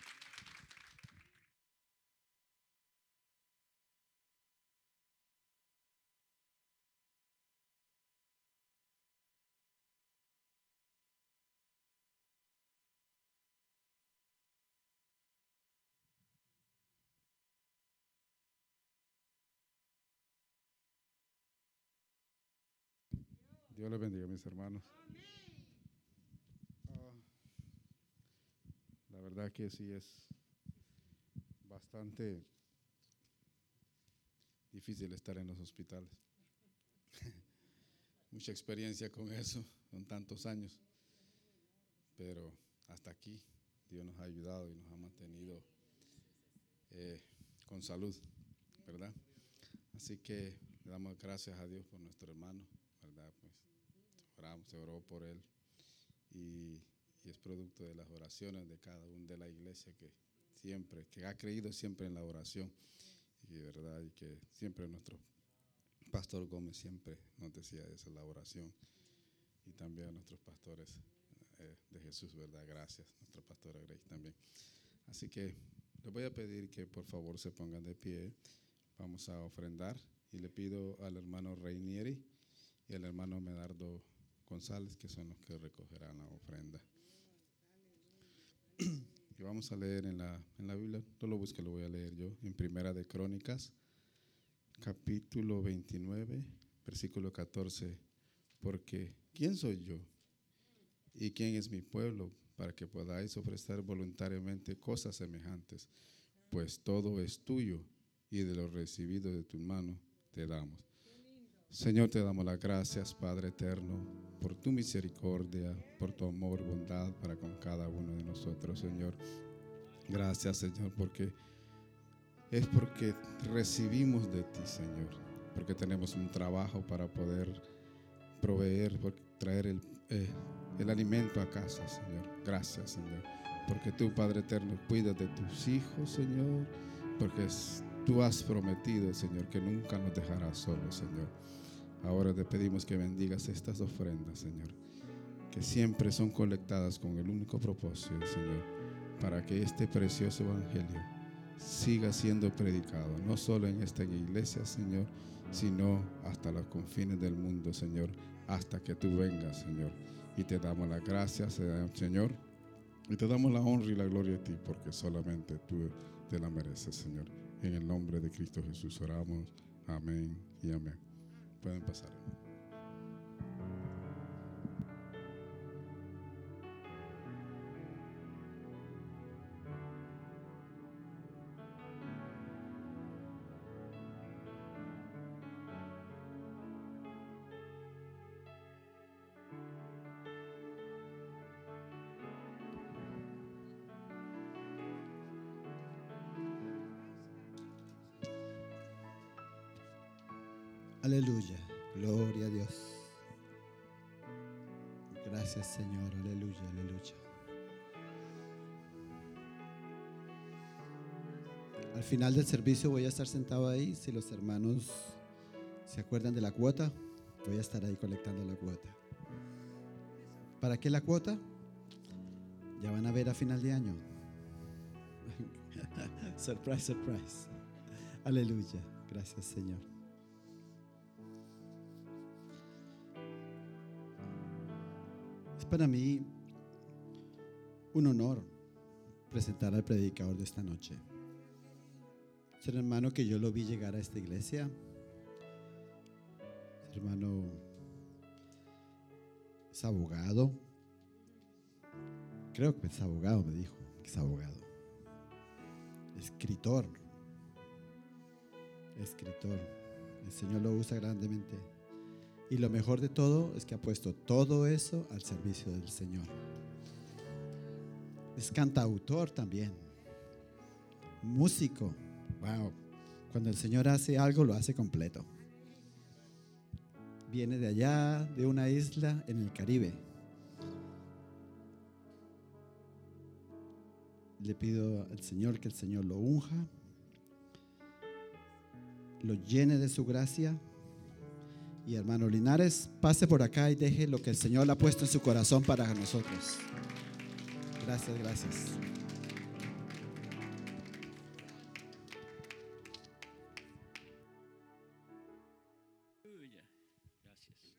Dios les bendiga, mis hermanos. Ah, la verdad que sí es bastante difícil estar en los hospitales. Mucha experiencia con eso, con tantos años. Pero hasta aquí Dios nos ha ayudado y nos ha mantenido eh, con salud, ¿verdad? Así que le damos gracias a Dios por nuestro hermano, ¿verdad? Pues oramos, se oró por él y, y es producto de las oraciones de cada uno de la iglesia que siempre, que ha creído siempre en la oración y verdad, y que siempre nuestro pastor Gómez siempre nos decía eso, la oración, y también a nuestros pastores eh, de Jesús, verdad, gracias, nuestra pastora Grace también. Así que les voy a pedir que por favor se pongan de pie, vamos a ofrendar y le pido al hermano Reinieri y al hermano Medardo González, que son los que recogerán la ofrenda. Y vamos a leer en la, en la Biblia, no lo busque, lo voy a leer yo, en Primera de Crónicas, capítulo veintinueve, versículo catorce, porque ¿quién soy yo? ¿Y quién es mi pueblo para que podáis ofrecer voluntariamente cosas semejantes? Pues todo es tuyo y de lo recibido de tu mano te damos. Señor, te damos las gracias, Padre eterno, por tu misericordia, por tu amor, bondad para con cada uno de nosotros, Señor. Gracias, Señor, porque es porque recibimos de ti, Señor, porque tenemos un trabajo para poder proveer, por traer el, eh, el alimento a casa, Señor. Gracias, Señor, porque tú, Padre eterno, cuidas de tus hijos, Señor, porque es, tú has prometido, Señor, que nunca nos dejarás solos, Señor. Ahora te pedimos que bendigas estas ofrendas, Señor, que siempre son colectadas con el único propósito, Señor, para que este precioso evangelio siga siendo predicado, no solo en esta iglesia, Señor, sino hasta los confines del mundo, Señor, hasta que tú vengas, Señor. Y te damos las gracias, Señor, y te damos la honra y la gloria a ti, porque solamente tú te la mereces, Señor. En el nombre de Cristo Jesús oramos. Amén y amén. Pueden pasar. Aleluya, gloria a Dios. Gracias, Señor, aleluya, aleluya. Al final del servicio voy a estar sentado ahí. Si los hermanos se acuerdan de la cuota, voy a estar ahí colectando la cuota. ¿Para qué la cuota? Ya van a ver a final de año. Surprise, surprise. Aleluya, gracias, Señor. Es para mí un honor presentar al predicador de esta noche. Es un hermano que yo lo vi llegar a esta iglesia. Es hermano es abogado. Creo que es abogado, me dijo que es abogado. Escritor. Escritor. El Señor lo usa grandemente. Y lo mejor de todo es que ha puesto todo eso al servicio del Señor. Es cantautor también. Músico. Wow. Cuando el Señor hace algo, lo hace completo. Viene de allá, de una isla en el Caribe. Le pido al Señor que el Señor lo unja, lo llene de su gracia. Y hermano Linares, pase por acá y deje lo que el Señor ha puesto en su corazón para nosotros. Gracias, gracias. Gracias.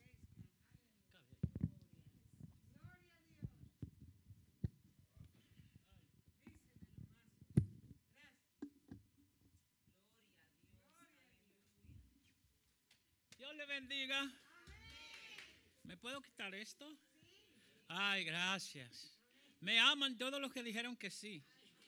Dios le bendiga. ¿Me puedo quitar esto? Ay, gracias. Me aman todos los que dijeron que sí.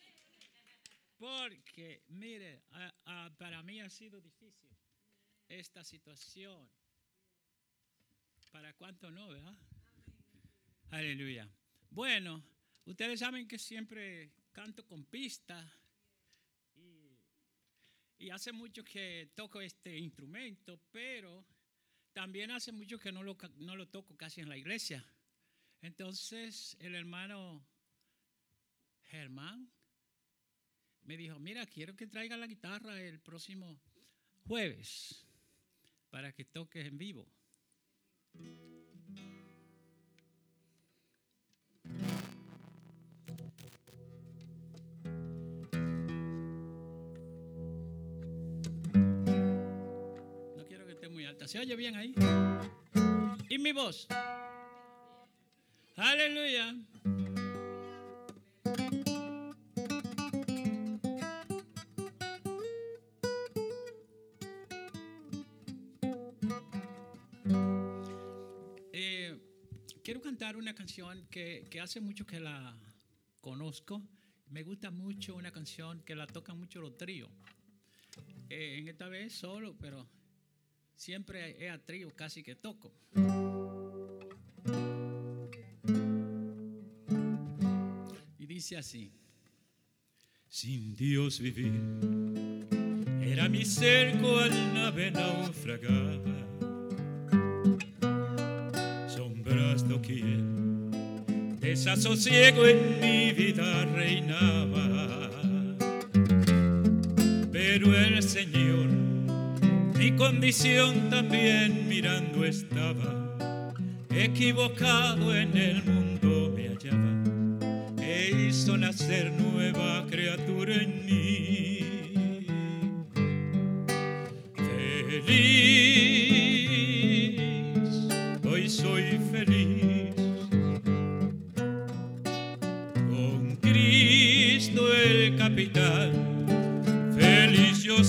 Porque, mire, a, a, para mí ha sido difícil esta situación. ¿Para cuánto no, verdad? Aleluya. Bueno, ustedes saben que siempre canto con pista. Y, y hace mucho que toco este instrumento, pero también hace mucho que no lo, no lo toco casi en la iglesia. Entonces el hermano Germán me dijo, mira, quiero que traiga la guitarra el próximo jueves para que toques en vivo. No quiero que esté muy alta. ¿Se oye bien ahí? ¿Y mi voz? Aleluya. Eh, quiero cantar una canción que, que hace mucho que la conozco. Me gusta mucho una canción que la tocan mucho los tríos. Eh, en esta vez solo, pero siempre es a trío casi que toco. Dice así: sin Dios vivir era mi cerco al nave naufragaba, sombras doquier, desasosiego en mi vida reinaba, pero pero el Señor mi condición también mirando estaba, equivocado en el mundo me hallaba, e hizo nacer nueva criatura en mí. Feliz, hoy soy feliz, con Cristo el capitán, feliz yo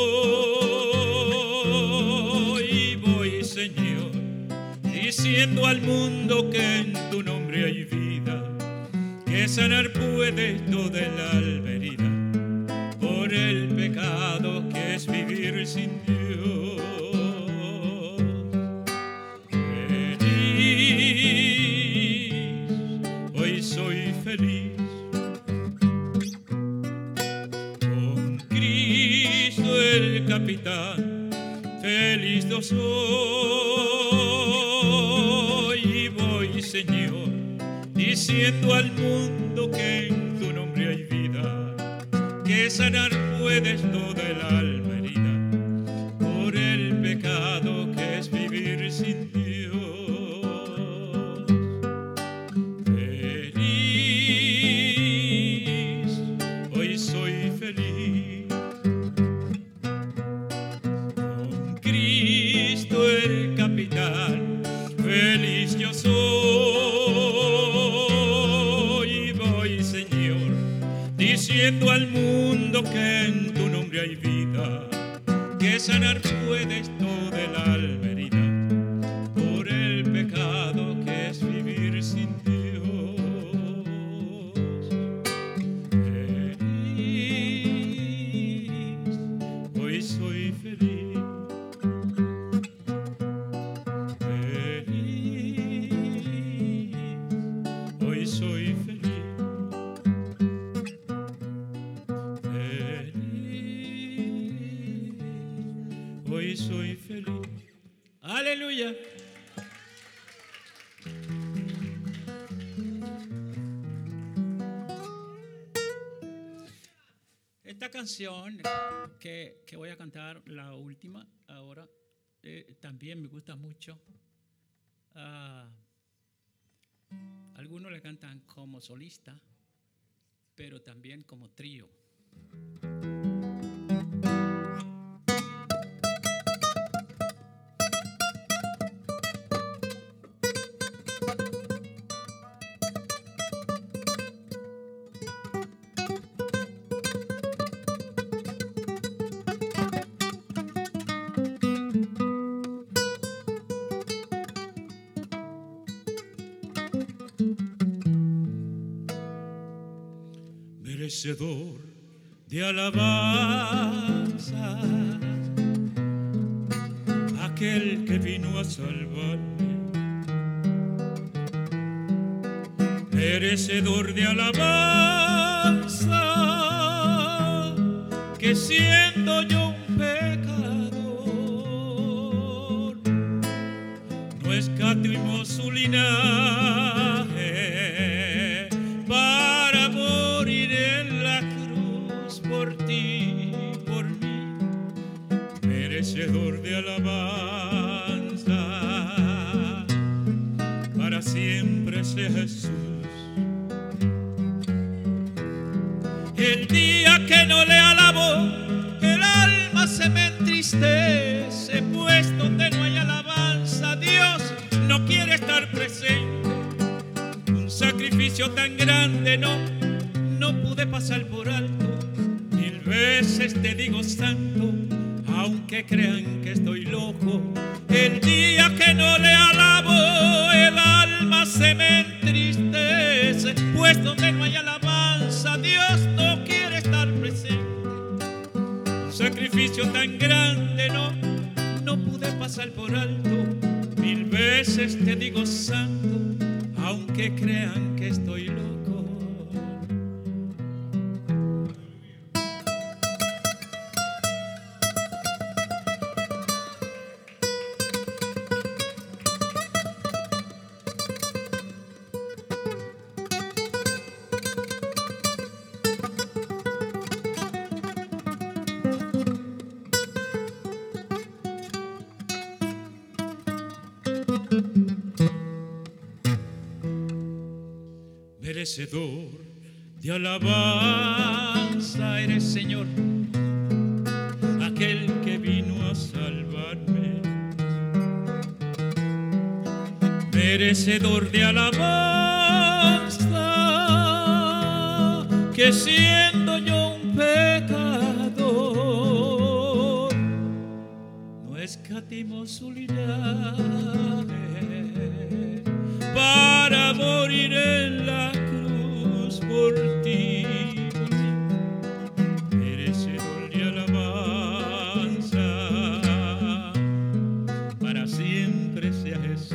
soy. Voy, Señor, diciendo al mundo que en tu nombre hay vida, que sanar puede toda el alma herida por el pecado que es vivir sin Dios. Feliz, hoy soy feliz, con Cristo el capitán, feliz yo soy. Y voy, Señor, diciendo al mundo que en tu nombre hay vida, que sanar puedes toda el alma herida por el pecado que es vivir sin Dios. Feliz, hoy soy feliz, con Cristo el capitán, feliz yo soy. Voy, Señor, diciendo al mundo que en tu nombre hay vida, que sanar puedes toda el alma herida por el pecado que es vivir sin Dios. Feliz, hoy soy feliz, feliz, hoy soy feliz. Hoy soy feliz. Aleluya. Esta canción que, que voy a cantar, la última ahora, eh, también me gusta mucho. Uh, algunos la cantan como solista, pero también como trío. Merecedor de alabanza, aquel que vino a salvarme. Merecedor de alabanza, que siendo yo un pecador, no escatimó su linaje para morir en la cruz por ti, por mí. Merecedor de alabanza, para siempre sea Jesús. El día que no le alabo, el alma se me entristece, pues donde no hay alabanza, Dios no quiere estar presente. Un sacrificio tan grande no, no pude pasar por alto. Mil veces te digo santo, aunque crean que estoy loco. El día que no le alabo, el alma se me entristece, pues donde no hay alabanza, Dios no quiere estar presente. Un sacrificio tan grande no, no pude pasar por alto. Mil veces te digo santo, aunque crean que estoy loco. merecedor de alabanza eres, Señor, aquel que vino a salvarme, merecedor de alabanza, que siendo yo un pecador, no escatimó su linaje para morir en la cruz por ti. Merecedor de alabanza, para siempre sea Jesús.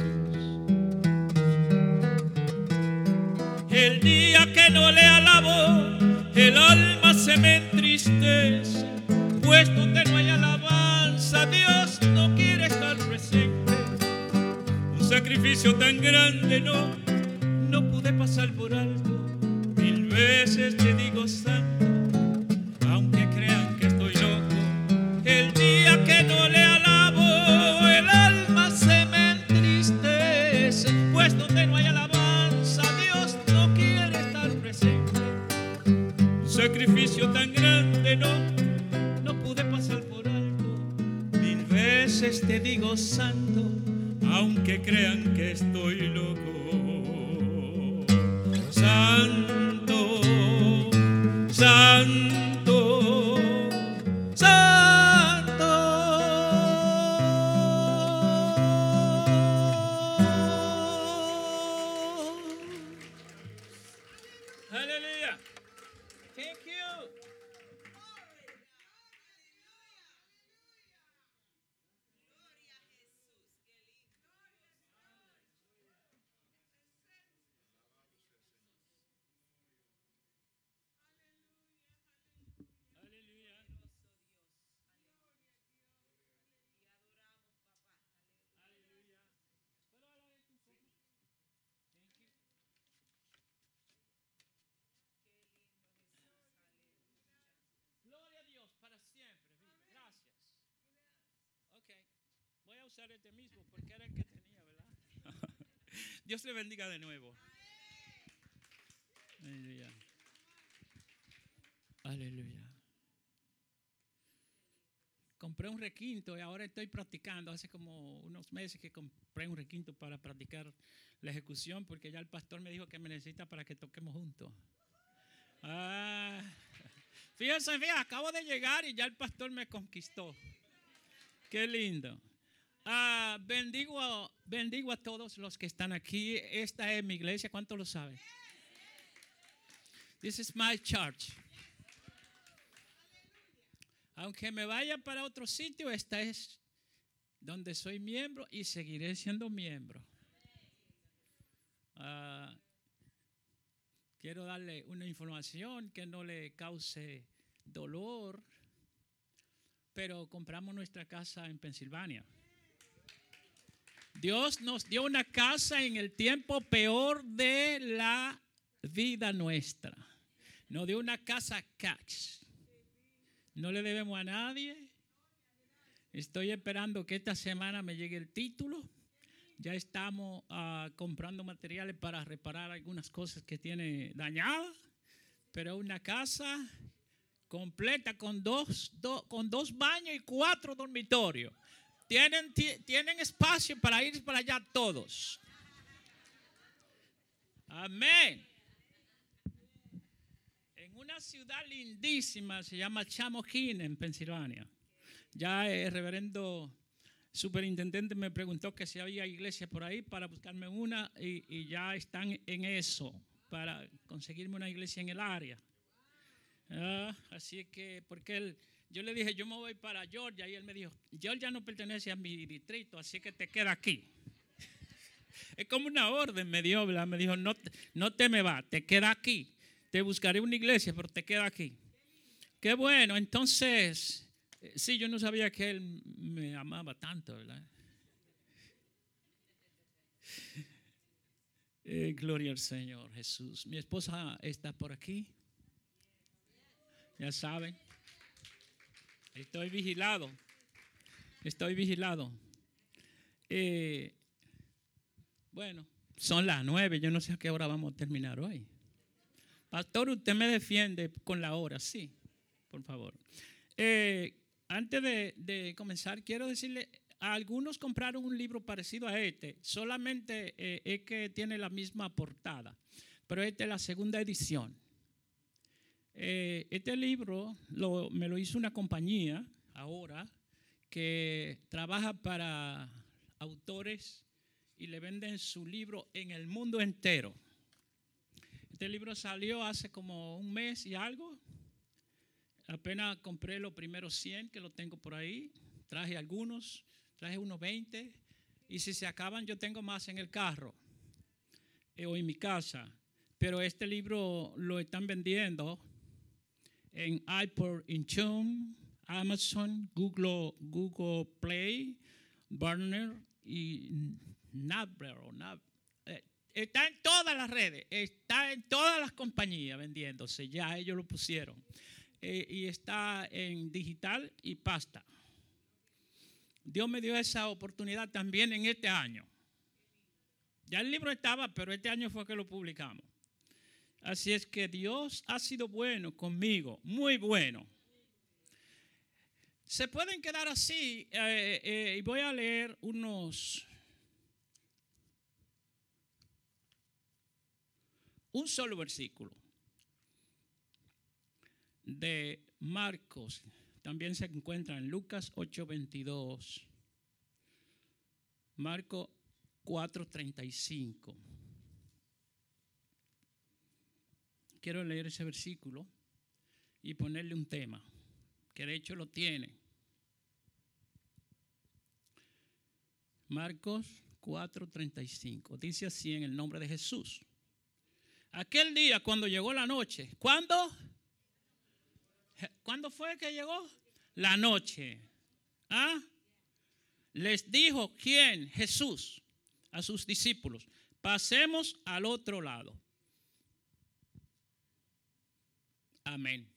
El día que no le alabo, el alma se me entristece, pues donde no hay alabanza, Dios no quiere estar presente. Un sacrificio tan grande no, no pude pasar por alto. Mil veces te digo santo, aunque crean que estoy loco. El día que no le alabo, el alma se me entristece, pues donde no hay alabanza, Dios no quiere estar presente. Un sacrificio tan grande no, no pude pasar por alto. Mil veces te digo santo, aunque crean que estoy loco. Santo, santo, santo. Aleluya. Thank you. Gloria a Dios para siempre. Gracias. Ok, voy a usar este mismo porque era el que tenía, ¿verdad? Dios le bendiga de nuevo. Aleluya. Aleluya. Compré un requinto y ahora estoy practicando. Hace como unos meses que compré un requinto para practicar la ejecución, porque ya el pastor me dijo que me necesita para que toquemos juntos. Ah, fíjense, fíjense, acabo de llegar y ya el pastor me conquistó. Qué lindo. Ah, bendigo, bendigo a todos los que están aquí. Esta es mi iglesia. ¿Cuántos lo saben? This is my church. Aunque me vaya para otro sitio, esta es donde soy miembro y seguiré siendo miembro. Uh, quiero darle una información que no le cause dolor, pero compramos nuestra casa en Pensilvania. Dios nos dio una casa en el tiempo peor de la vida nuestra. Nos dio una casa cash. No le debemos a nadie. Estoy esperando que esta semana me llegue el título. Ya estamos uh, comprando materiales para reparar algunas cosas que tiene dañadas. Pero una casa completa con dos, do, con dos baños y cuatro dormitorios. Tienen, t- tienen espacio para ir para allá todos. Amén. Una ciudad lindísima, se llama Shamokin, en Pensilvania. Ya el reverendo superintendente me preguntó que si había iglesia por ahí para buscarme una y, y ya están en eso, para conseguirme una iglesia en el área. Ah, así que, porque él, yo le dije, yo me voy para Georgia y él me dijo, Georgia no pertenece a mi distrito, así que te queda aquí. Es como una orden, me dio, ¿verdad? Me dijo, no, no te me vas, te queda aquí. Te buscaré una iglesia, pero te queda aquí. Qué bueno, entonces, sí, yo no sabía que él me amaba tanto, ¿verdad? Eh, gloria al Señor Jesús. Mi esposa está por aquí. Ya saben. Estoy vigilado. Estoy vigilado. Eh, bueno, son las nueve. Yo no sé a qué hora vamos a terminar hoy. Pastor, usted me defiende con la hora, sí, por favor. Eh, antes de, de comenzar, quiero decirle, algunos compraron un libro parecido a este, solamente eh, es que tiene la misma portada, pero esta es la segunda edición. Eh, este libro lo, me lo hizo una compañía ahora que trabaja para autores y le venden su libro en el mundo entero. Este libro salió hace como un mes y algo. Apenas compré los primeros cien que lo tengo por ahí. Traje algunos, traje unos veinte. Y si se acaban, yo tengo más en el carro eh, o en mi casa. Pero este libro lo están vendiendo en iPod, iTunes, Amazon, Google, Google Play, Burner y Napster. Eh, está en todas las redes, está en todas las compañías vendiéndose, ya ellos lo pusieron. Eh, y está en digital y pasta. Dios me dio esa oportunidad también en este año. Ya el libro estaba, pero este año fue que lo publicamos. Así es que Dios ha sido bueno conmigo, muy bueno. Se pueden quedar así eh, eh, y voy a leer unos, un solo versículo de Marcos. También se encuentra en Lucas ocho veintidós, Marcos cuatro treinta y cinco. Quiero leer ese versículo y ponerle un tema, que de hecho lo tiene. Marcos cuatro treinta y cinco. Dice así en el nombre de Jesús. Aquel día cuando llegó la noche. ¿Cuándo? ¿Cuándo fue que llegó? La noche. ¿Ah? Les dijo, ¿quién? Jesús a sus discípulos. Pasemos al otro lado. Amén.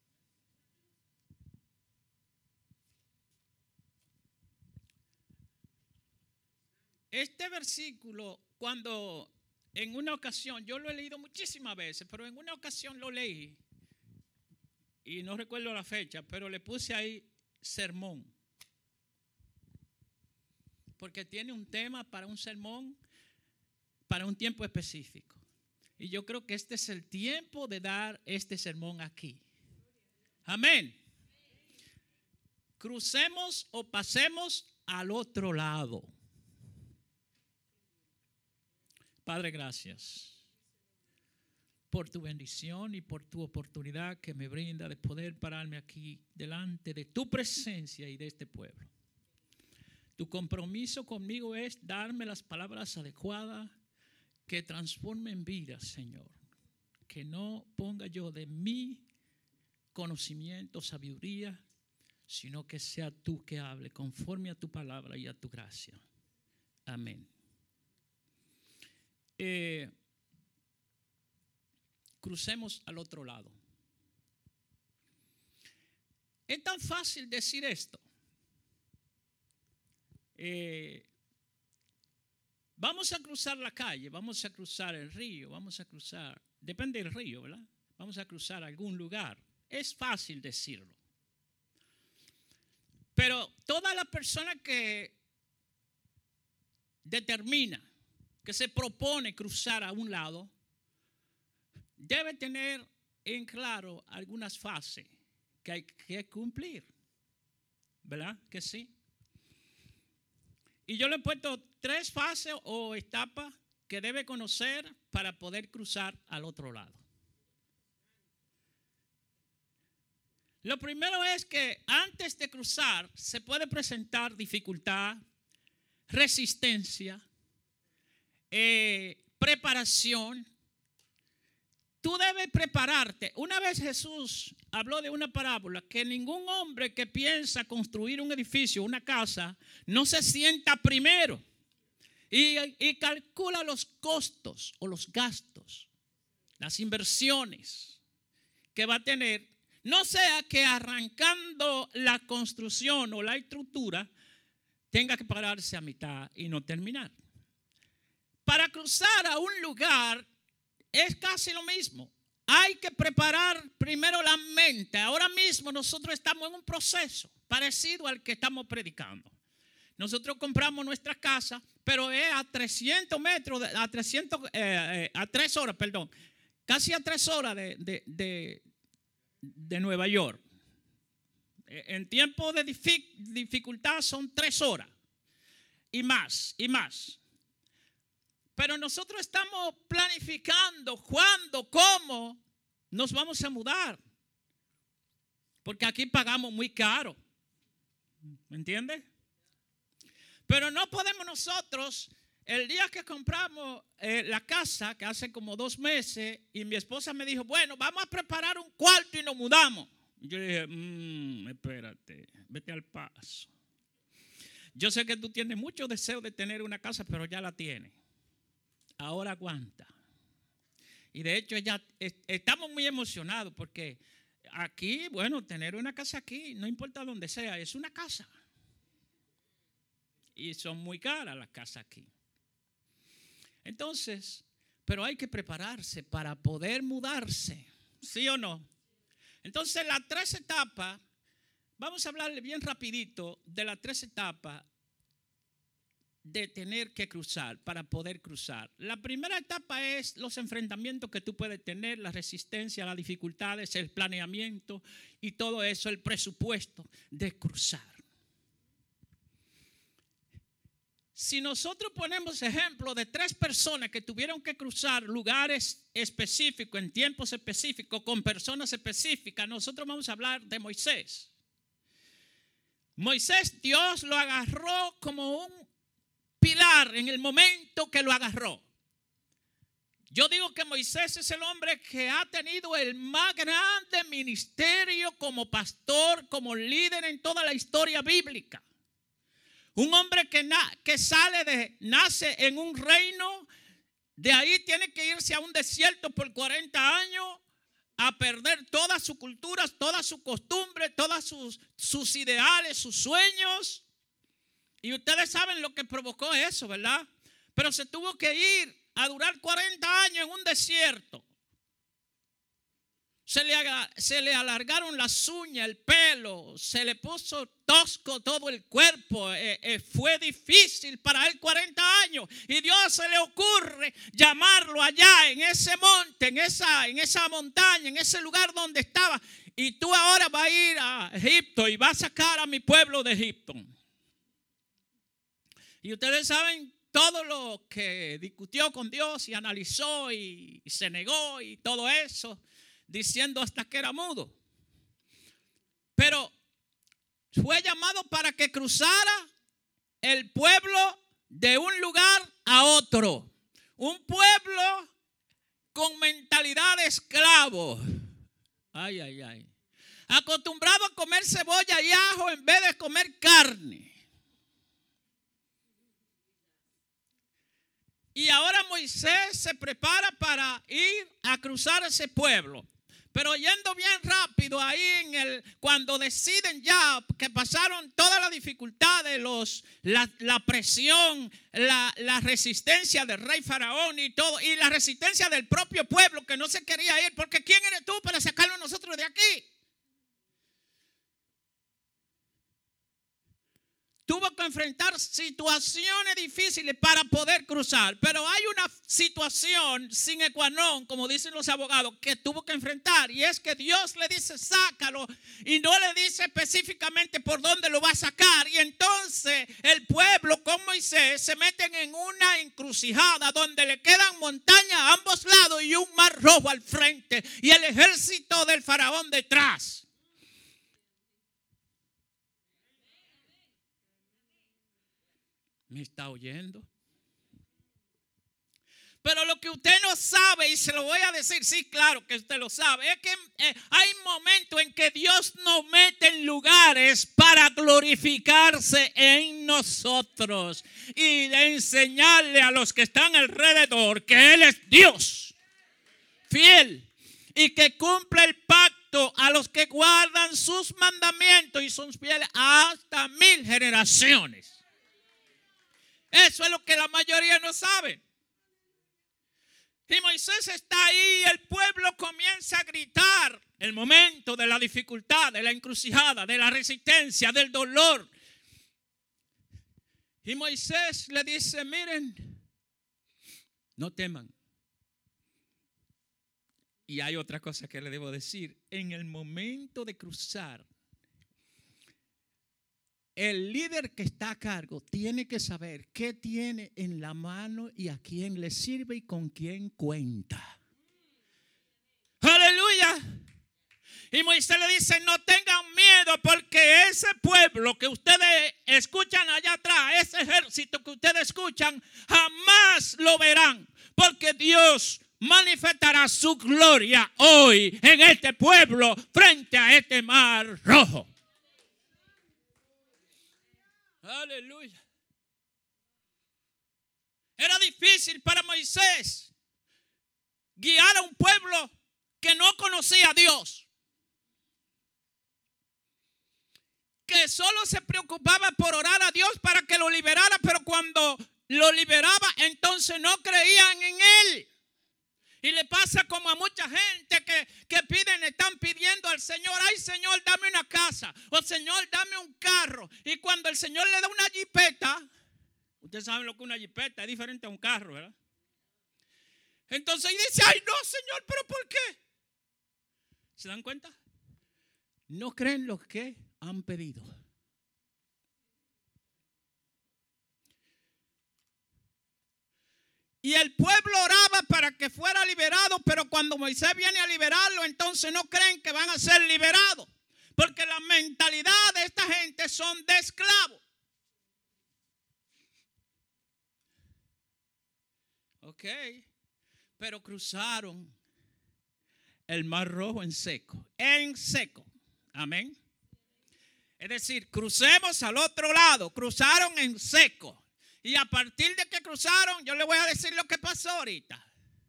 Este versículo, cuando en una ocasión, yo lo he leído muchísimas veces, pero en una ocasión lo leí, y no recuerdo la fecha, pero le puse ahí sermón. Porque tiene un tema para un sermón, para un tiempo específico. Y yo creo que este es el tiempo de dar este sermón aquí. Amén. Crucemos o pasemos al otro lado. Padre, gracias por tu bendición y por tu oportunidad que me brinda de poder pararme aquí delante de tu presencia y de este pueblo. Tu compromiso conmigo es darme las palabras adecuadas que transformen vidas, Señor. Que no ponga yo de mi conocimiento, sabiduría, sino que sea tú que hable conforme a tu palabra y a tu gracia. Amén. Eh, crucemos al otro lado. Es tan fácil decir esto. Eh, vamos a cruzar la calle, vamos a cruzar el río, vamos a cruzar, depende del río, ¿verdad? Vamos a cruzar algún lugar. Es fácil decirlo. Pero toda la persona que determina, que se propone cruzar a un lado, debe tener en claro algunas fases que hay que cumplir. ¿Verdad que sí? Y yo le he puesto tres fases o etapas que debe conocer para poder cruzar al otro lado. Lo primero es que antes de cruzar se puede presentar dificultad, resistencia, eh, preparación. Tú debes prepararte. Una vez Jesús habló de una parábola que ningún hombre que piensa construir un edificio, una casa, no se sienta primero y, y calcula los costos o los gastos, las inversiones que va a tener. No sea que arrancando la construcción o la estructura tenga que pararse a mitad y no terminar. Para cruzar a un lugar es casi lo mismo. hay que preparar primero la mente. Ahora mismo nosotros estamos en un proceso parecido al que estamos predicando. Nosotros compramos nuestra casa, pero es a trescientos metros, a trescientos, eh, eh, a tres horas, perdón, casi a tres horas de, de, de, de Nueva York. En tiempo de dificultad son tres horas y más, y más. Pero nosotros estamos planificando cuándo, cómo nos vamos a mudar. Porque aquí pagamos muy caro. ¿Me entiendes? Pero no podemos nosotros, el día que compramos eh, la casa, que hace como dos meses, y mi esposa me dijo, bueno, vamos a preparar un cuarto y nos mudamos. Yo dije, mmm, espérate, vete al paso. Yo sé que tú tienes mucho deseo de tener una casa, pero ya la tienes. Ahora aguanta. Y de hecho ya estamos muy emocionados porque aquí, bueno, tener una casa aquí, no importa dónde sea, es una casa. Y son muy caras las casas aquí. Entonces, pero hay que prepararse para poder mudarse, ¿sí o no? Entonces, las tres etapas, vamos a hablarle bien rapidito de las tres etapas de tener que cruzar, para poder cruzar. La primera etapa es los enfrentamientos que tú puedes tener, la resistencia, las dificultades, el planeamiento y todo eso, el presupuesto de cruzar. Si nosotros ponemos ejemplo de tres personas que tuvieron que cruzar lugares específicos, en tiempos específicos, con personas específicas, nosotros vamos a hablar de Moisés. Moisés, Dios lo agarró como un pilar en el momento que lo agarró. Yo digo que Moisés es el hombre que ha tenido el más grande ministerio como pastor, como líder en toda la historia bíblica. Un hombre que, na, que sale de, nace en un reino, de ahí tiene que irse a un desierto por cuarenta años a perder todas sus culturas, todas sus costumbres, todos sus, sus ideales, sus sueños. Y ustedes saben lo que provocó eso, ¿verdad? Pero se tuvo que ir a durar cuarenta años en un desierto. Se le, se le alargaron las uñas, el pelo, se le puso tosco todo el cuerpo. Eh, eh, fue difícil para él cuarenta años. Y Dios se le ocurre llamarlo allá en ese monte, en esa, en esa montaña, en ese lugar donde estaba. Y tú ahora vas a ir a Egipto y vas a sacar a mi pueblo de Egipto. Y ustedes saben todo lo que discutió con Dios y analizó y, y se negó y todo eso, diciendo hasta que era mudo. Pero fue llamado para que cruzara el pueblo de un lugar a otro. Un pueblo con mentalidad de esclavo. Ay, ay, ay. Acostumbrado a comer cebolla y ajo en vez de comer carne. Y ahora Moisés se prepara para ir a cruzar ese pueblo. Pero yendo bien rápido ahí en el, cuando deciden ya que pasaron todas las dificultades, los, la, la presión, la, la resistencia del rey faraón y todo, y la resistencia del propio pueblo que no se quería ir, porque ¿quién eres tú para sacarlo a nosotros de aquí? Tuvo que enfrentar situaciones difíciles para poder cruzar. Pero hay una situación sine qua non, como dicen los abogados, que tuvo que enfrentar. Y es que Dios le dice, sácalo. Y no le dice específicamente por dónde lo va a sacar. Y entonces el pueblo con Moisés se meten en una encrucijada donde le quedan montañas a ambos lados y un mar rojo al frente. Y el ejército del faraón detrás. ¿Me está oyendo? Pero lo que usted no sabe, y se lo voy a decir, sí, claro que usted lo sabe, es que eh, hay momentos en que Dios nos mete en lugares para glorificarse en nosotros y de enseñarle a los que están alrededor que Él es Dios fiel y que cumple el pacto a los que guardan sus mandamientos y son fieles hasta mil generaciones. Eso es lo que la mayoría no sabe. Y Moisés está ahí, el pueblo comienza a gritar. El momento de la dificultad, de la encrucijada, de la resistencia, del dolor. Y Moisés le dice, miren, no teman. Y hay otra cosa que le debo decir. En el momento de cruzar, el líder que está a cargo tiene que saber qué tiene en la mano y a quién le sirve y con quién cuenta. ¡Aleluya! Y Moisés le dice, no tengan miedo porque ese pueblo que ustedes escuchan allá atrás, ese ejército que ustedes escuchan, jamás lo verán. Porque Dios manifestará su gloria hoy en este pueblo frente a este mar rojo. Aleluya. Era difícil para Moisés guiar a un pueblo que no conocía a Dios, que solo se preocupaba por orar a Dios para que lo liberara, pero cuando lo liberaba, entonces no creían en Él. Y le pasa como a mucha gente que, que piden, están pidiendo al Señor, ay Señor, dame una casa, o Señor, dame un carro. Y cuando el Señor le da una jipeta, ustedes saben lo que es una jipeta, es diferente a un carro, ¿verdad? Entonces dice, ay no Señor, pero ¿por qué? ¿Se dan cuenta? No creen lo que han pedido. Y el pueblo oraba para que fuera liberado, pero cuando Moisés viene a liberarlo, entonces no creen que van a ser liberados. Porque la mentalidad de esta gente son de esclavos. Ok, pero cruzaron el Mar Rojo en seco, en seco. Amén. Es decir, crucemos al otro lado, cruzaron en seco. Y a partir de que cruzaron, yo les voy a decir lo que pasó ahorita.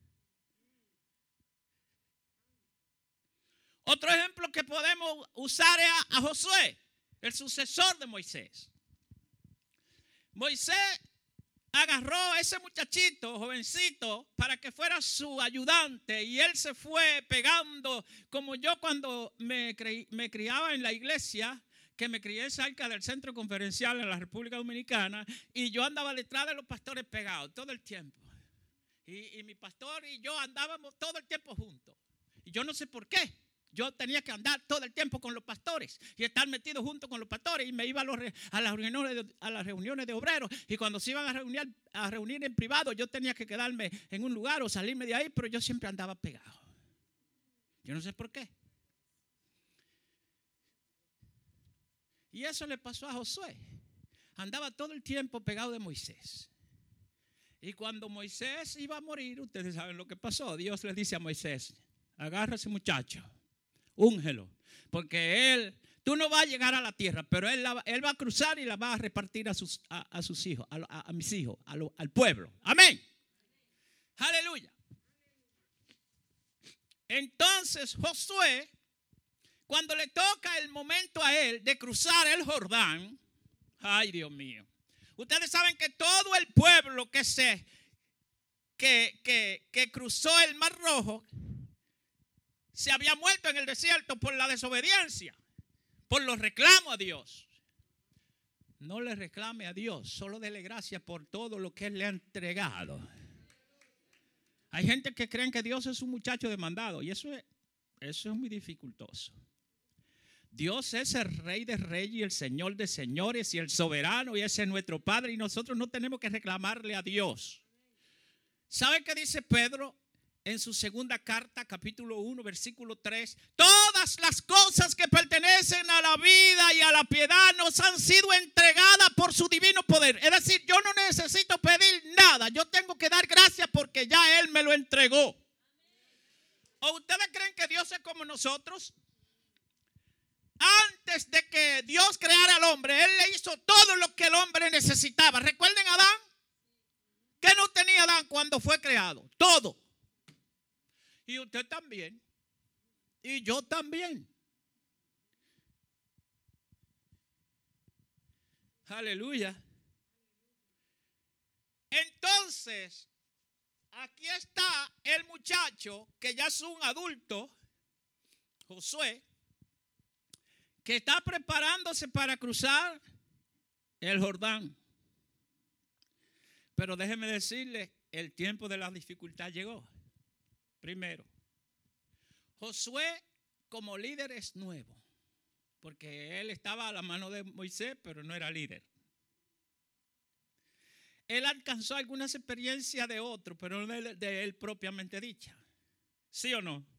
Otro ejemplo que podemos usar es a, a Josué, el sucesor de Moisés. Moisés agarró a ese muchachito, jovencito, para que fuera su ayudante. Y él se fue pegando, como yo cuando me, cri, me criaba en la iglesia, que me crié cerca del centro conferencial en la República Dominicana, y yo andaba detrás de los pastores pegados todo el tiempo. Y, y mi pastor y yo andábamos todo el tiempo juntos. Y yo no sé por qué. Yo tenía que andar todo el tiempo con los pastores y estar metido junto con los pastores. Y me iba a, los, a, las, reuniones de, a las reuniones de obreros. Y cuando se iban a reunir, a reunir en privado, yo tenía que quedarme en un lugar o salirme de ahí, pero yo siempre andaba pegado. Yo no sé por qué. Y eso le pasó a Josué. Andaba todo el tiempo pegado de Moisés. Y cuando Moisés iba a morir, ustedes saben lo que pasó. Dios le dice a Moisés, agarra a ese muchacho, úngelo, porque él, tú no vas a llegar a la tierra, pero él, la, él va a cruzar y la va a repartir a sus, a, a sus hijos, a, a, a mis hijos, a lo, al pueblo. Amén. Aleluya. Entonces Josué, cuando le toca el momento a él de cruzar el Jordán, ay Dios mío, ustedes saben que todo el pueblo que se que, que, que cruzó el Mar Rojo se había muerto en el desierto por la desobediencia, por los reclamos a Dios. No le reclame a Dios, solo dele gracias por todo lo que Él le ha entregado. Hay gente que creen que Dios es un muchacho demandado y eso es, eso es muy dificultoso. Dios es el Rey de Reyes y el Señor de Señores y el soberano, y ese es nuestro Padre, y nosotros no tenemos que reclamarle a Dios. ¿Sabe qué dice Pedro en su segunda carta, capítulo uno, versículo tres? Todas las cosas que pertenecen a la vida y a la piedad nos han sido entregadas por su divino poder. Es decir, yo no necesito pedir nada, yo tengo que dar gracias porque ya Él me lo entregó. ¿O ustedes creen que Dios es como nosotros? Antes de que Dios creara al hombre, Él le hizo todo lo que el hombre necesitaba. ¿Recuerden a Adán? ¿Qué no tenía Adán cuando fue creado? Todo. Y usted también. Y yo también. Aleluya. Entonces, aquí está el muchacho que ya es un adulto, Josué, que está preparándose para cruzar el Jordán. Pero déjeme decirle, el tiempo de la dificultad llegó. Primero, Josué como líder es nuevo, porque él estaba a la mano de Moisés, pero no era líder. Él alcanzó algunas experiencias de otros, pero no de, de él propiamente dicha. ¿Sí o no?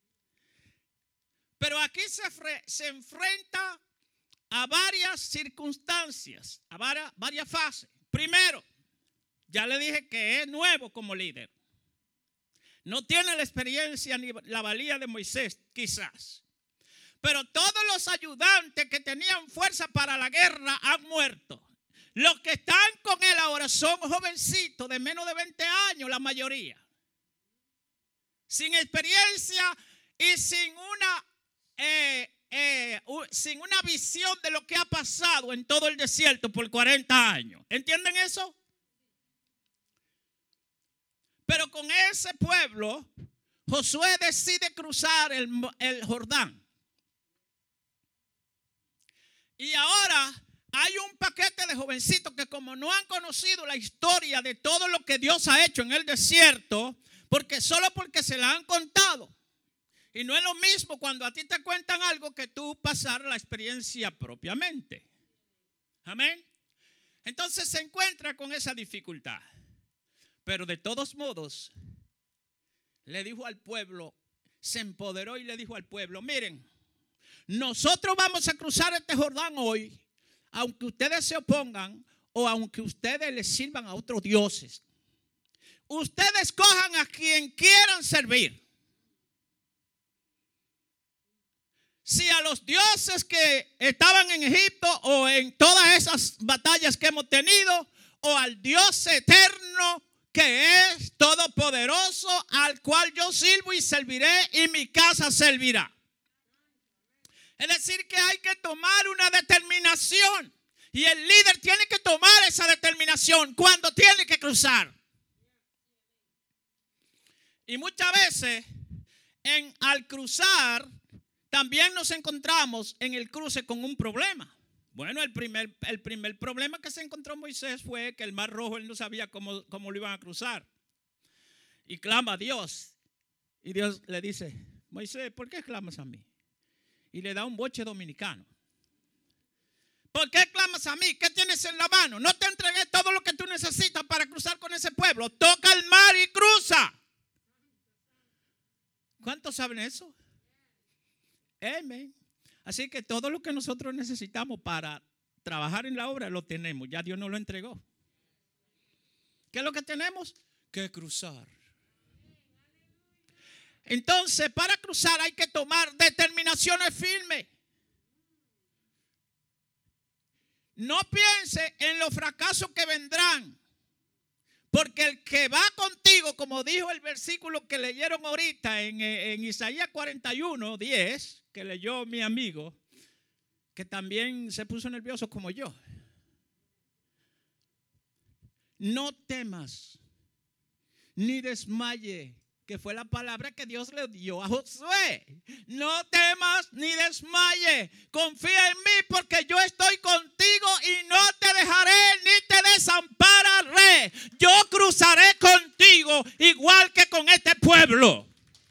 Pero aquí se, fre, se enfrenta a varias circunstancias, a varias, varias fases. Primero, ya le dije que es nuevo como líder. No tiene la experiencia ni la valía de Moisés, quizás. Pero todos los ayudantes que tenían fuerza para la guerra han muerto. Los que están con él ahora son jovencitos de menos de veinte años, la mayoría. Sin experiencia y sin una, eh, eh, sin una visión de lo que ha pasado en todo el desierto por cuarenta años. ¿Entienden eso? Pero con ese pueblo, Josué decide cruzar el, el Jordán. Y ahora hay un paquete de jovencitos que, como no han conocido la historia de todo lo que Dios ha hecho en el desierto, porque solo porque se la han contado. Y no es lo mismo cuando a ti te cuentan algo que tú pasar la experiencia propiamente. Amén. Entonces se encuentra con esa dificultad. Pero de todos modos, le dijo al pueblo, se empoderó y le dijo al pueblo, miren, nosotros vamos a cruzar este Jordán hoy, aunque ustedes se opongan o aunque ustedes les sirvan a otros dioses. Ustedes cojan a quien quieran servir. Si a los dioses que estaban en Egipto o en todas esas batallas que hemos tenido, o al Dios eterno que es todopoderoso, al cual yo sirvo y serviré y mi casa servirá. Es decir, que hay que tomar una determinación y el líder tiene que tomar esa determinación cuando tiene que cruzar. Y muchas veces en, al cruzar también nos encontramos en el cruce con un problema. Bueno, el primer, el primer problema que se encontró Moisés fue que el Mar Rojo él no sabía cómo, cómo lo iban a cruzar. Y clama a Dios. Y Dios le dice, Moisés, ¿por qué clamas a mí? Y le da un boche dominicano. ¿Por qué clamas a mí? ¿Qué tienes en la mano? No te entregué todo lo que tú necesitas para cruzar con ese pueblo. Toca el mar y cruza. ¿Cuántos saben eso? Amén. Así que todo lo que nosotros necesitamos para trabajar en la obra lo tenemos. Ya Dios nos lo entregó. ¿Qué es lo que tenemos? Que cruzar. Entonces, para cruzar hay que tomar determinaciones firmes. No piense en los fracasos que vendrán. Porque el que va contigo, como dijo el versículo que leyeron ahorita en, en Isaías cuarenta y uno, diez, que leyó mi amigo, que también se puso nervioso como yo. No temas, ni desmaye, que fue la palabra que Dios le dio a Josué. No temas ni desmaye, confía en mí porque yo estoy contigo y no te dejaré ni te desampararé. Yo cruzaré contigo igual que con este pueblo.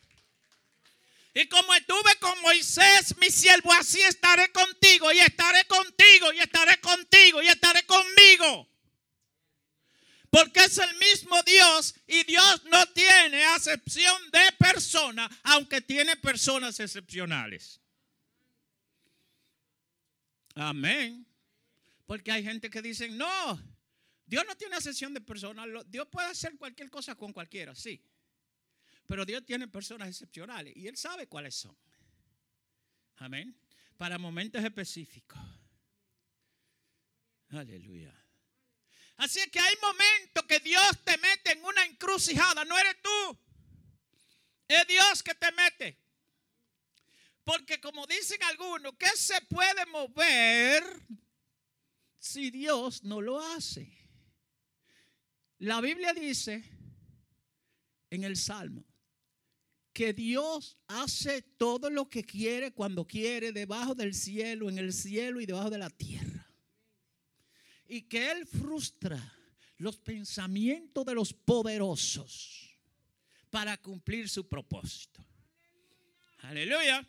Y como estuve con Moisés, mi siervo, así estaré contigo y estaré contigo y estaré contigo y estaré conmigo. Porque es el mismo Dios y Dios no tiene acepción de persona, aunque tiene personas excepcionales. Amén. Porque hay gente que dice, no, Dios no tiene acepción de personas. Dios puede hacer cualquier cosa con cualquiera, sí. Pero Dios tiene personas excepcionales y Él sabe cuáles son. Amén. Para momentos específicos. Aleluya. Así es que hay momentos que Dios te mete en una encrucijada. No eres tú. Es Dios que te mete. Porque como dicen algunos, ¿qué se puede mover si Dios no lo hace? La Biblia dice en el Salmo que Dios hace todo lo que quiere cuando quiere, debajo del cielo, en el cielo y debajo de la tierra. Y que Él frustra los pensamientos de los poderosos para cumplir su propósito. Aleluya.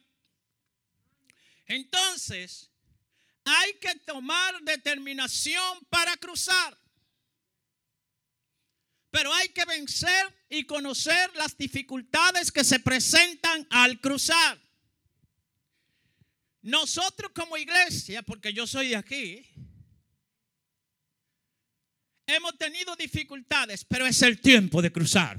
Entonces, hay que tomar determinación para cruzar. Pero hay que vencer y conocer las dificultades que se presentan al cruzar. Nosotros como iglesia, porque yo soy de aquí, hemos tenido dificultades, pero es el tiempo de cruzar.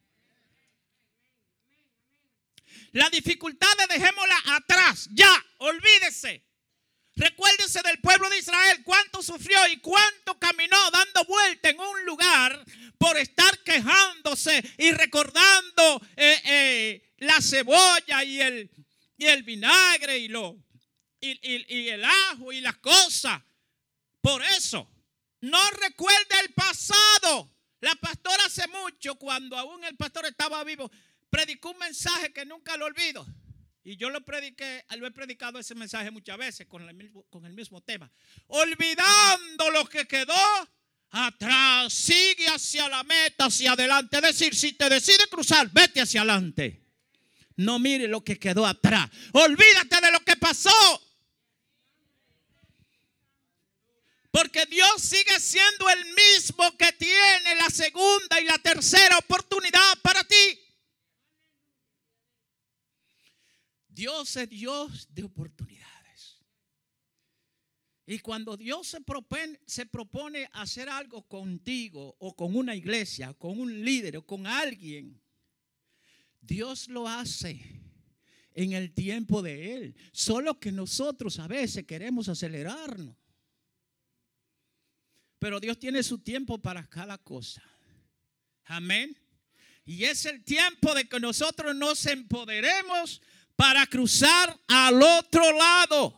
Las dificultades dejémoslas atrás, ya, olvídese. Recuérdese del pueblo de Israel, cuánto sufrió y cuánto caminó dando vuelta en un lugar por estar quejándose y recordando eh, eh, la cebolla y el, y el vinagre y, lo, y, y, y el ajo y las cosas. Por eso, no recuerde el pasado. La pastora hace mucho, cuando aún el pastor estaba vivo, predicó un mensaje que nunca lo olvido. Y yo lo prediqué, lo he predicado ese mensaje muchas veces con el mismo, con el mismo tema. Olvidando lo que quedó atrás, sigue hacia la meta, hacia adelante. Es decir, si te decides cruzar, vete hacia adelante. No mire lo que quedó atrás. Olvídate de lo que pasó. Porque Dios sigue siendo el mismo que tiene la segunda y la tercera oportunidad para ti. Dios es Dios de oportunidades. Y cuando Dios se propone, se propone hacer algo contigo o con una iglesia, con un líder o con alguien, Dios lo hace en el tiempo de Él. Solo que nosotros a veces queremos acelerarnos. Pero Dios tiene su tiempo para cada cosa. Amén. Y es el tiempo de que nosotros nos empoderemos para cruzar al otro lado.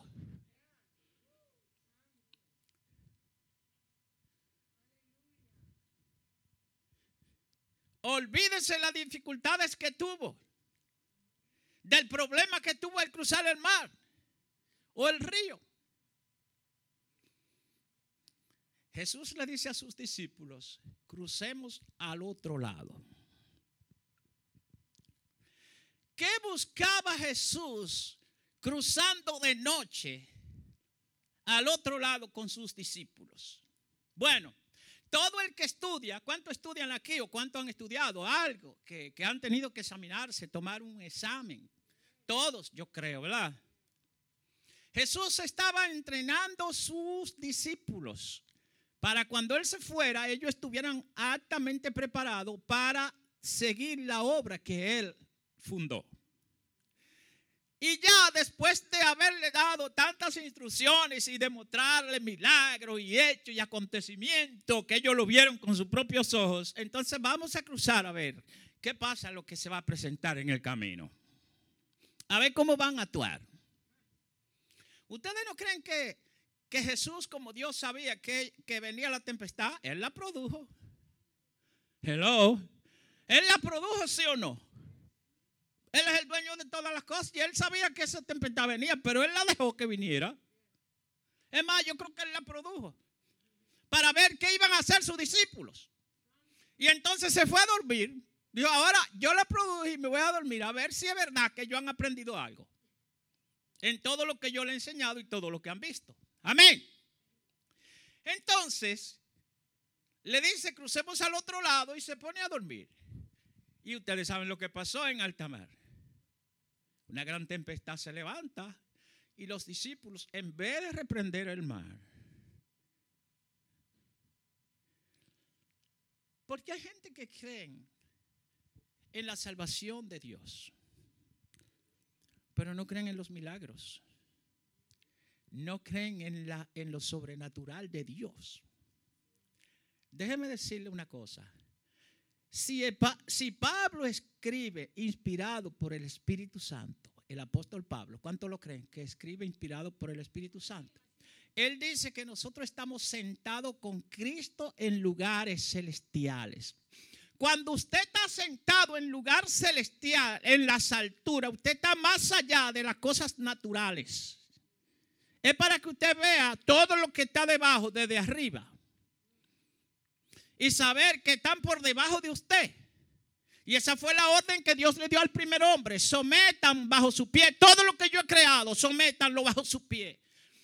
Olvídese las dificultades que tuvo, del problema que tuvo al cruzar el mar o el río. Jesús le dice a sus discípulos, crucemos al otro lado. ¿Qué buscaba Jesús cruzando de noche al otro lado con sus discípulos? Bueno, todo el que estudia, ¿cuánto estudian aquí o cuánto han estudiado algo? Que, que han tenido que examinarse, tomar un examen. Todos, yo creo, ¿verdad? Jesús estaba entrenando sus discípulos para cuando Él se fuera, ellos estuvieran altamente preparados para seguir la obra que Él fundó. Y ya después de haberle dado tantas instrucciones y demostrarle milagros y hechos y acontecimientos que ellos lo vieron con sus propios ojos, entonces vamos a cruzar a ver qué pasa, lo que se va a presentar en el camino. A ver cómo van a actuar. ¿Ustedes no creen que, que Jesús, como Dios sabía que, que venía la tempestad, Él la produjo? Hello. ¿Él la produjo, sí o no? Él es el dueño de todas las cosas y Él sabía que esa tempestad venía, pero Él la dejó que viniera. Es más, yo creo que Él la produjo para ver qué iban a hacer sus discípulos. Y entonces se fue a dormir. Dijo, ahora yo la produje y me voy a dormir a ver si es verdad que ellos han aprendido algo en todo lo que yo les he enseñado y todo lo que han visto. Amén. Entonces le dice, crucemos al otro lado, y se pone a dormir. Y ustedes saben lo que pasó en alta mar. Una gran tempestad se levanta y los discípulos, en vez de reprender el mar, porque hay gente que cree en la salvación de Dios, pero no creen en los milagros, no creen en, la, en lo sobrenatural de Dios. Déjeme decirle una cosa. Si, el, si Pablo escribe inspirado por el Espíritu Santo, el apóstol Pablo, ¿cuánto lo creen? Que escribe inspirado por el Espíritu Santo. Él dice que nosotros estamos sentados con Cristo en lugares celestiales. Cuando usted está sentado en lugar celestial, en las alturas, usted está más allá de las cosas naturales. Es para que usted vea todo lo que está debajo desde arriba. Y saber que están por debajo de usted. Y esa fue la orden que Dios le dio al primer hombre. Sometan bajo su pie todo lo que yo he creado. Sométanlo bajo su pie.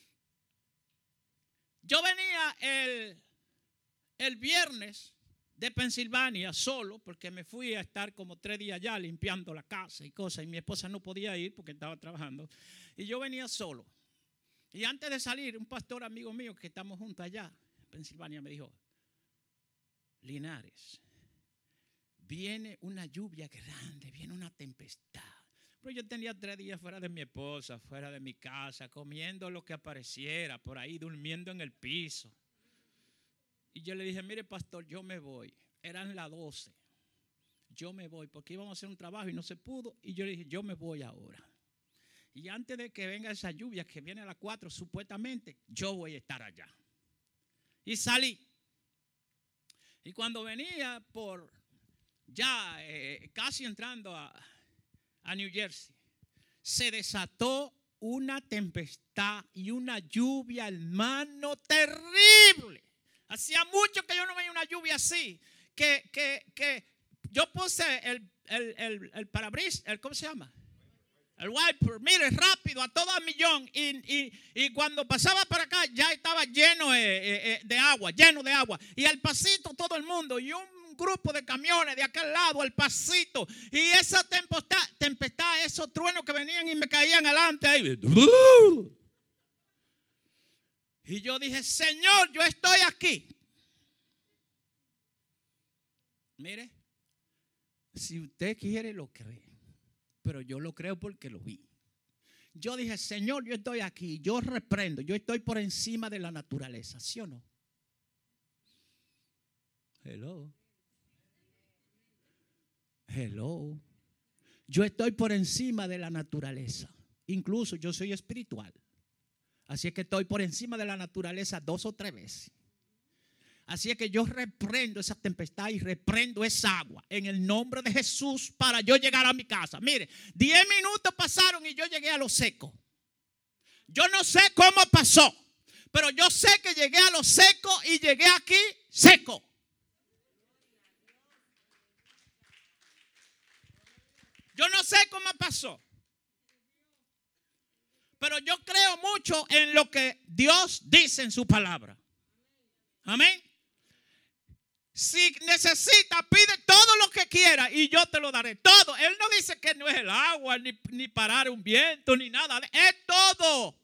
Yo venía el, el viernes de Pensilvania solo, porque me fui a estar como tres días allá limpiando la casa y cosas. Y mi esposa no podía ir porque estaba trabajando. Y yo venía solo. Y antes de salir, un pastor amigo mío que estamos juntos allá en Pensilvania me dijo: Linares, viene una lluvia grande, viene una tempestad. Pero yo tenía tres días fuera de mi esposa, fuera de mi casa, comiendo lo que apareciera, por ahí durmiendo en el piso. Y yo le dije: mire, pastor, yo me voy. Eran las doce. Yo me voy porque íbamos a hacer un trabajo y no se pudo. Y yo le dije: yo me voy ahora. Y antes de que venga esa lluvia que viene a las cuatro, supuestamente, yo voy a estar allá. Y salí. Y cuando venía por ya eh, casi entrando a, a New Jersey, se desató una tempestad y una lluvia, hermano, terrible. Hacía mucho que yo no veía una lluvia así. Que, que, que yo puse el, el, el, el parabrisas, el, ¿cómo se llama? El wiper, mire, rápido, a todo millón. Y, y, y cuando pasaba para acá ya estaba lleno de, de agua, lleno de agua. Y al pasito todo el mundo. Y un grupo de camiones de aquel lado, al pasito. Y esa tempestad, tempestad, esos truenos que venían y me caían adelante ahí. Y yo dije: Señor, yo estoy aquí. Mire, si usted quiere lo cree. Pero yo lo creo porque lo vi. Yo dije: Señor, yo estoy aquí. Yo reprendo. Yo estoy por encima de la naturaleza. ¿Sí o no? Hello. Hello. Yo estoy por encima de la naturaleza. Incluso yo soy espiritual. Así es que estoy por encima de la naturaleza dos o tres veces. Así es que yo reprendo esa tempestad y reprendo esa agua en el nombre de Jesús para yo llegar a mi casa. Mire, diez minutos pasaron y yo llegué a lo seco. Yo no sé cómo pasó, pero yo sé que llegué a lo seco y llegué aquí seco. Yo no sé cómo pasó, pero yo creo mucho en lo que Dios dice en su palabra. Amén. Si necesita, pide todo lo que quiera y yo te lo daré. Todo. Él no dice que no es el agua, ni, ni parar un viento, ni nada. Es todo.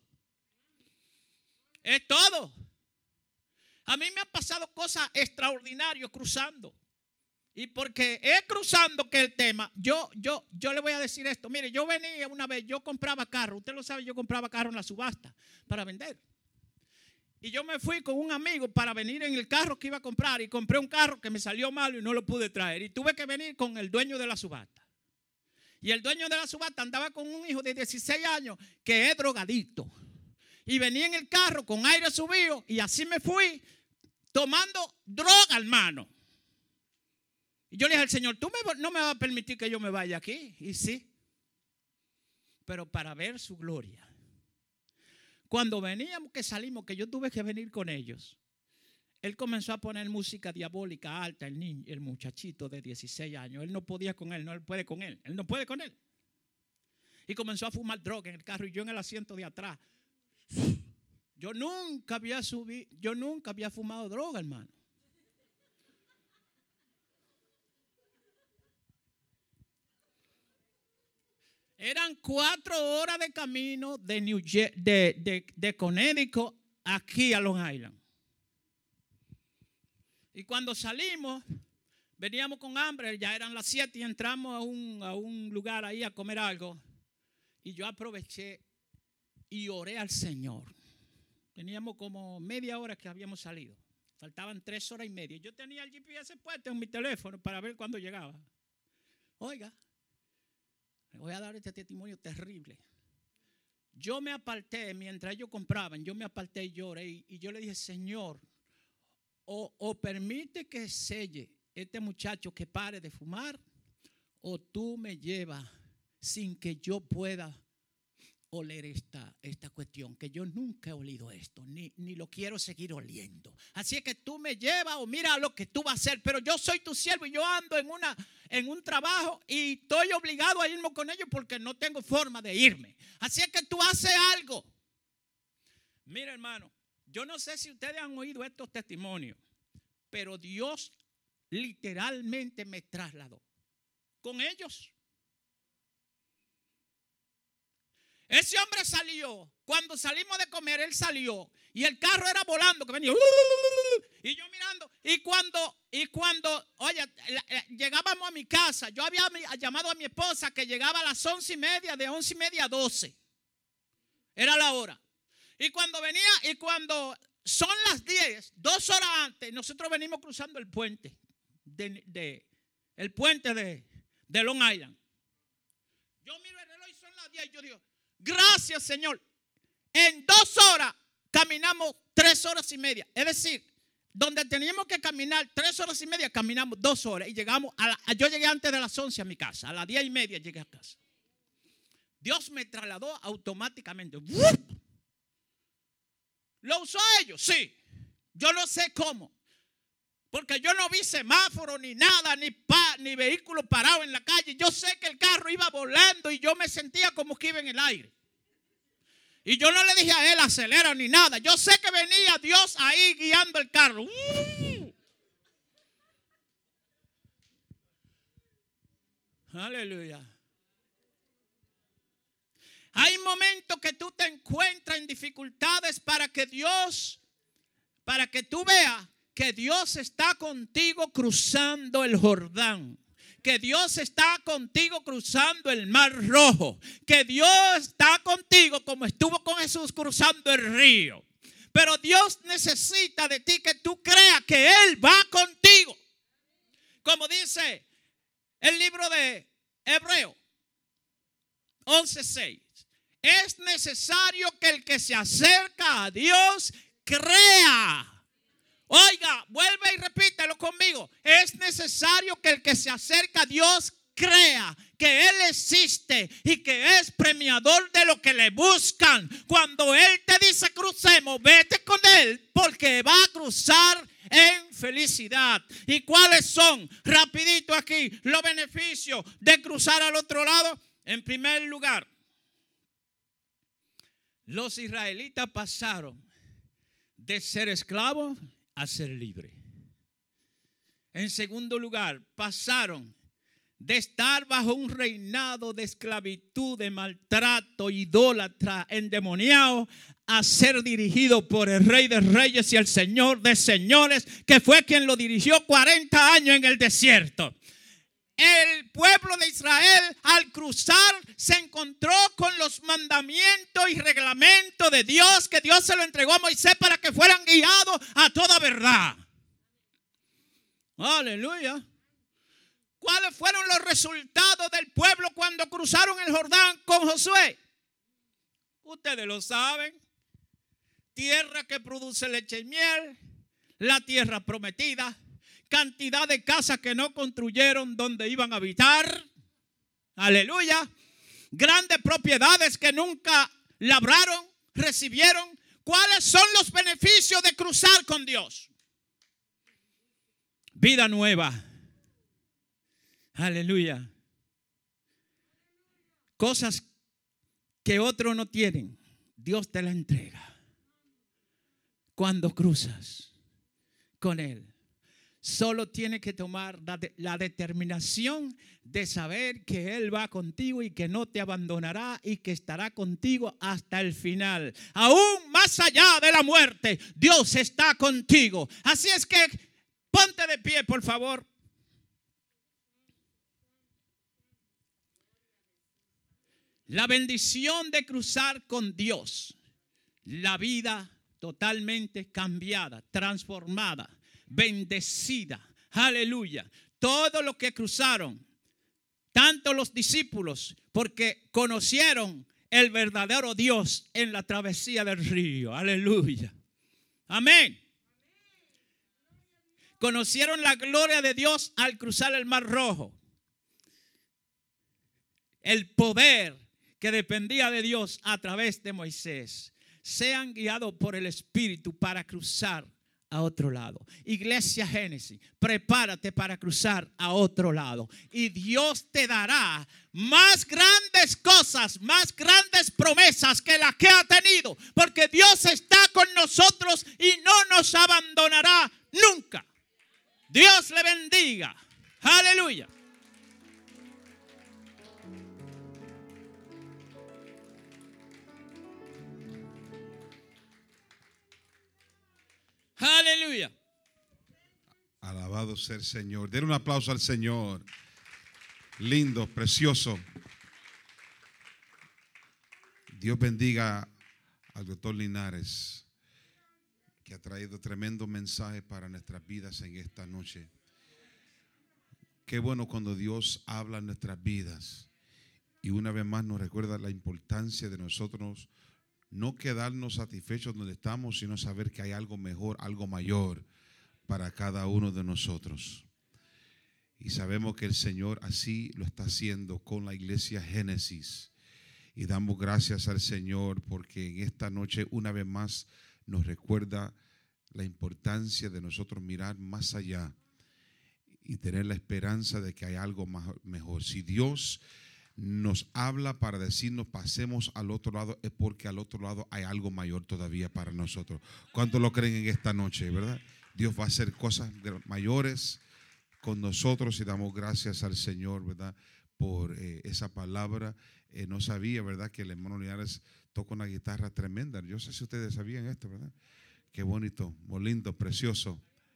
Es todo. A mí me han pasado cosas extraordinarias cruzando. Y porque es cruzando que el tema, yo, yo, yo le voy a decir esto. Mire, yo venía una vez, yo compraba carro. Usted lo sabe, yo compraba carro en la subasta para vender. Y yo me fui con un amigo para venir en el carro que iba a comprar. Y compré un carro que me salió malo y no lo pude traer. Y tuve que venir con el dueño de la subasta. Y el dueño de la subasta andaba con un hijo de dieciséis años que es drogadicto. Y venía en el carro con aire subido. Y así me fui tomando droga, hermano. Y yo le dije al Señor: tú me, no me vas a permitir que yo me vaya aquí. Y sí. Pero para ver su gloria. Cuando veníamos, que salimos, que yo tuve que venir con ellos, él comenzó a poner música diabólica alta, el niño, el muchachito de dieciséis años. Él no podía con él, no él puede con él. Él no puede con él. Y comenzó a fumar droga en el carro y yo en el asiento de atrás. Yo nunca había subido, yo nunca había fumado droga, hermano. Eran cuatro horas de camino de, New Jersey, de, de, de Connecticut aquí a Long Island. Y cuando salimos, veníamos con hambre, ya eran las siete y entramos a un, a un lugar ahí a comer algo. Y yo aproveché y oré al Señor. Teníamos como media hora que habíamos salido. Faltaban tres horas y media. Yo tenía el G P S puesto en mi teléfono para ver cuándo llegaba. Oiga. Le voy a dar este testimonio terrible. Yo me aparté mientras ellos compraban. Yo me aparté y lloré. Y, y yo le dije: Señor, o, o permite que selle este muchacho que pare de fumar, o tú me llevas sin que yo pueda oler esta, esta cuestión, que yo nunca he olido esto, ni, ni lo quiero seguir oliendo. Así es que tú me llevas o mira lo que tú vas a hacer, pero yo soy tu siervo y yo ando en, una, en un trabajo y estoy obligado a irme con ellos porque no tengo forma de irme. Así es que tú haces algo. Mira, hermano, yo no sé si ustedes han oído estos testimonios, pero Dios literalmente me trasladó con ellos. Ese hombre salió, cuando salimos de comer, él salió y el carro era volando, que venía, y yo mirando, y cuando, y cuando, oye, llegábamos a mi casa, yo había llamado a mi esposa que llegaba a las once y media, de once y media a doce, era la hora, y cuando venía, y cuando son las diez, dos horas antes, nosotros venimos cruzando el puente, de, de, el puente de, de Long Island. Yo miro el reloj y son las diez y yo digo, gracias, Señor. En dos horas caminamos tres horas y media. Es decir, donde teníamos que caminar tres horas y media, caminamos dos horas. Y llegamos, a la, yo llegué antes de las once a mi casa. A las diez y media llegué a casa. Dios me trasladó automáticamente. ¿Lo usó ellos? Sí. Yo no sé cómo. Porque yo no vi semáforo ni nada, ni, pa, ni vehículo parado en la calle. Yo sé que el carro iba volando y yo me sentía como que iba en el aire. Y yo no le dije a él acelera ni nada. Yo sé que venía Dios ahí guiando el carro. Uh. Aleluya. Hay momentos que tú te encuentras en dificultades para que Dios, para que tú veas que Dios está contigo cruzando el Jordán. Que Dios está contigo cruzando el Mar Rojo. Que Dios está contigo como estuvo con Jesús cruzando el río. Pero Dios necesita de ti que tú creas que Él va contigo. Como dice el libro de Hebreos once seis. Es necesario que el que se acerca a Dios crea. Oiga, vuelve y repítelo conmigo. Es necesario que el que se acerca a Dios crea que Él existe y que es premiador de lo que le buscan. Cuando Él te dice crucemos, vete con Él porque va a cruzar en felicidad. ¿Y cuáles son? Rapidito aquí, los beneficios de cruzar al otro lado. En primer lugar, los israelitas pasaron de ser esclavos a ser libre. En segundo lugar, pasaron de estar bajo un reinado de esclavitud, de maltrato, idólatra, endemoniado, a ser dirigido por el Rey de Reyes y el Señor de Señores, que fue quien lo dirigió cuarenta años en el desierto. El pueblo de Israel al cruzar se encontró con los mandamientos y reglamentos de Dios que Dios se lo entregó a Moisés para que fueran guiados a toda verdad. Aleluya. ¿Cuáles fueron los resultados del pueblo cuando cruzaron el Jordán con Josué? Ustedes lo saben. Tierra que produce leche y miel, la tierra prometida. Cantidad de casas que no construyeron donde iban a habitar. Aleluya. Grandes propiedades que nunca labraron, recibieron. ¿Cuáles son los beneficios de cruzar con Dios? Vida nueva. Aleluya. Cosas que otros no tienen, Dios te la entrega cuando cruzas con Él. Solo tiene que tomar la, de, la determinación de saber que Él va contigo y que no te abandonará y que estará contigo hasta el final. Aún más allá de la muerte, Dios está contigo. Así es que ponte de pie, por favor. La bendición de cruzar con Dios. La vida totalmente cambiada, transformada. Bendecida, aleluya. Todos los que cruzaron, tanto los discípulos, porque conocieron el verdadero Dios en la travesía del río, aleluya. Amén. conocieron la gloria de Dios al cruzar el Mar Rojo. El poder que dependía de Dios a través de Moisés. Sean guiados por el Espíritu para cruzar a otro lado. Iglesia Génesis, prepárate para cruzar a otro lado. Y Dios te dará más grandes cosas, más grandes promesas que las que ha tenido. Porque Dios está con nosotros y no nos abandonará nunca. Dios le bendiga. Aleluya. Aleluya. Alabado sea el Señor. Den un aplauso al Señor. Lindo, precioso. Dios bendiga al doctor Linares, que ha traído tremendo mensaje para nuestras vidas en esta noche. Qué bueno cuando Dios habla en nuestras vidas y una vez más nos recuerda la importancia de nosotros no quedarnos satisfechos donde estamos, sino saber que hay algo mejor, algo mayor para cada uno de nosotros. Y sabemos que el Señor así lo está haciendo con la iglesia Génesis. Y damos gracias al Señor porque en esta noche una vez más nos recuerda la importancia de nosotros mirar más allá y tener la esperanza de que hay algo más, mejor. Si Dios nos habla para decirnos pasemos al otro lado, es porque al otro lado hay algo mayor todavía para nosotros. ¿Cuántos lo creen en esta noche, verdad? Dios va a hacer cosas mayores con nosotros y damos gracias al Señor, ¿verdad? Por eh, esa palabra. Eh, no sabía, ¿verdad? Que el hermano Linares toca una guitarra tremenda. Yo sé si ustedes sabían esto, ¿verdad? Qué bonito, muy lindo, precioso.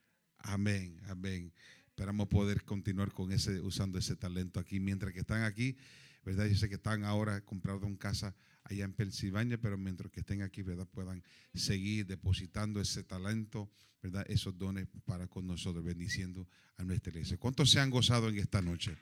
Amén, amén. Esperamos poder continuar con ese, usando ese talento aquí. Mientras que están aquí, ¿verdad? Yo sé que están ahora comprando una casa allá en Pensilvania, pero mientras que estén aquí, ¿verdad? Puedan seguir depositando ese talento, ¿verdad? Esos dones para con nosotros, bendiciendo a nuestra iglesia. ¿Cuántos se han gozado en esta noche?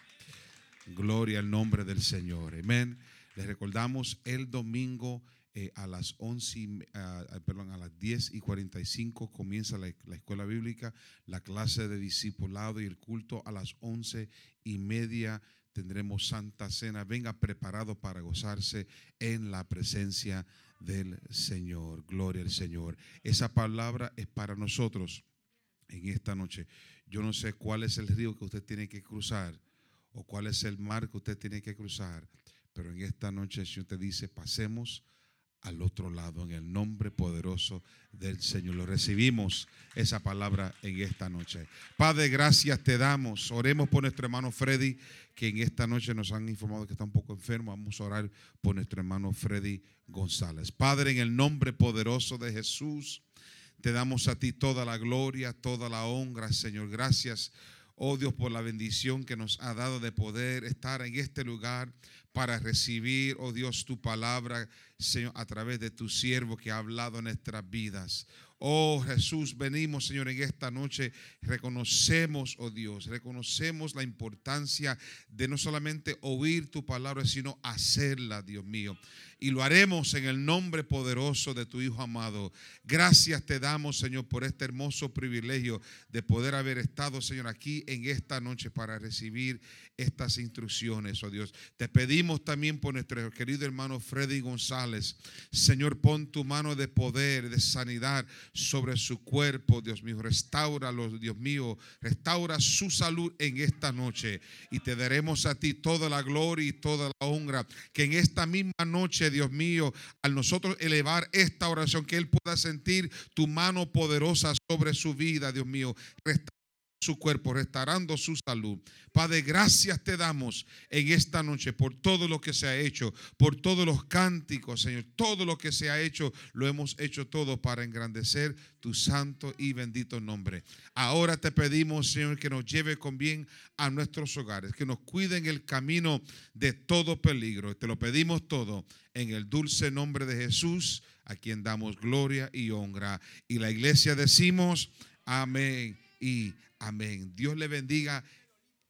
Gloria al nombre del Señor. Amén. Les recordamos el domingo eh, a las once, uh, perdón, a las diez y cuarenta y cinco comienza la, la escuela bíblica, la clase de discipulado y el culto a las once y media. Tendremos Santa Cena. Venga preparado para gozarse en la presencia del Señor. Gloria al Señor. Esa palabra es para nosotros en esta noche. Yo no sé cuál es el río que usted tiene que cruzar o cuál es el mar que usted tiene que cruzar, pero en esta noche el Señor te dice pasemos al otro lado en el nombre poderoso del Señor. Lo recibimos esa palabra en esta noche. Padre, gracias te damos. Oremos por nuestro hermano Freddy, que en esta noche nos han informado que está un poco enfermo. Vamos a orar por nuestro hermano Freddy González. Padre, en el nombre poderoso de Jesús, te damos a ti toda la gloria, toda la honra, Señor. Gracias, oh Dios, por la bendición que nos ha dado de poder estar en este lugar para recibir, oh Dios, tu palabra, Señor, a través de tu siervo que ha hablado en nuestras vidas. Oh Jesús, venimos, Señor, en esta noche, reconocemos, oh Dios, reconocemos la importancia de no solamente oír tu palabra, sino hacerla, Dios mío. Y lo haremos en el nombre poderoso de tu Hijo amado. Gracias te damos, Señor, por este hermoso privilegio de poder haber estado, Señor, aquí en esta noche para recibir estas instrucciones, oh Dios. Te pedimos también por nuestro querido hermano Freddy González. Señor, pon tu mano de poder, de sanidad sobre su cuerpo, Dios mío. Restáuralo, Dios mío. Restaura su salud en esta noche. Y te daremos a ti toda la gloria y toda la honra. Que en esta misma noche, Dios mío, al nosotros elevar esta oración, que Él pueda sentir tu mano poderosa sobre su vida, Dios mío. Restaura su cuerpo, restaurando su salud. Padre, gracias te damos en esta noche por todo lo que se ha hecho, por todos los cánticos, Señor. Todo lo que se ha hecho, lo hemos hecho todo para engrandecer tu santo y bendito nombre. Ahora te pedimos, Señor, que nos lleve con bien a nuestros hogares, que nos cuide en el camino de todo peligro. Te lo pedimos todo en el dulce nombre de Jesús, a quien damos gloria y honra. Y la iglesia decimos amén y amén. Dios le bendiga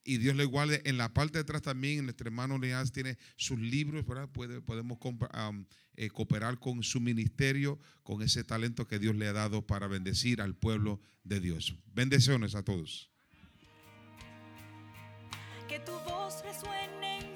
y Dios le guarde. En la parte de atrás también, nuestro hermano Leaz tiene sus libros, ¿verdad? Puede, podemos um, eh, cooperar con su ministerio, con ese talento que Dios le ha dado para bendecir al pueblo de Dios. Bendiciones a todos. Que tu voz resuene.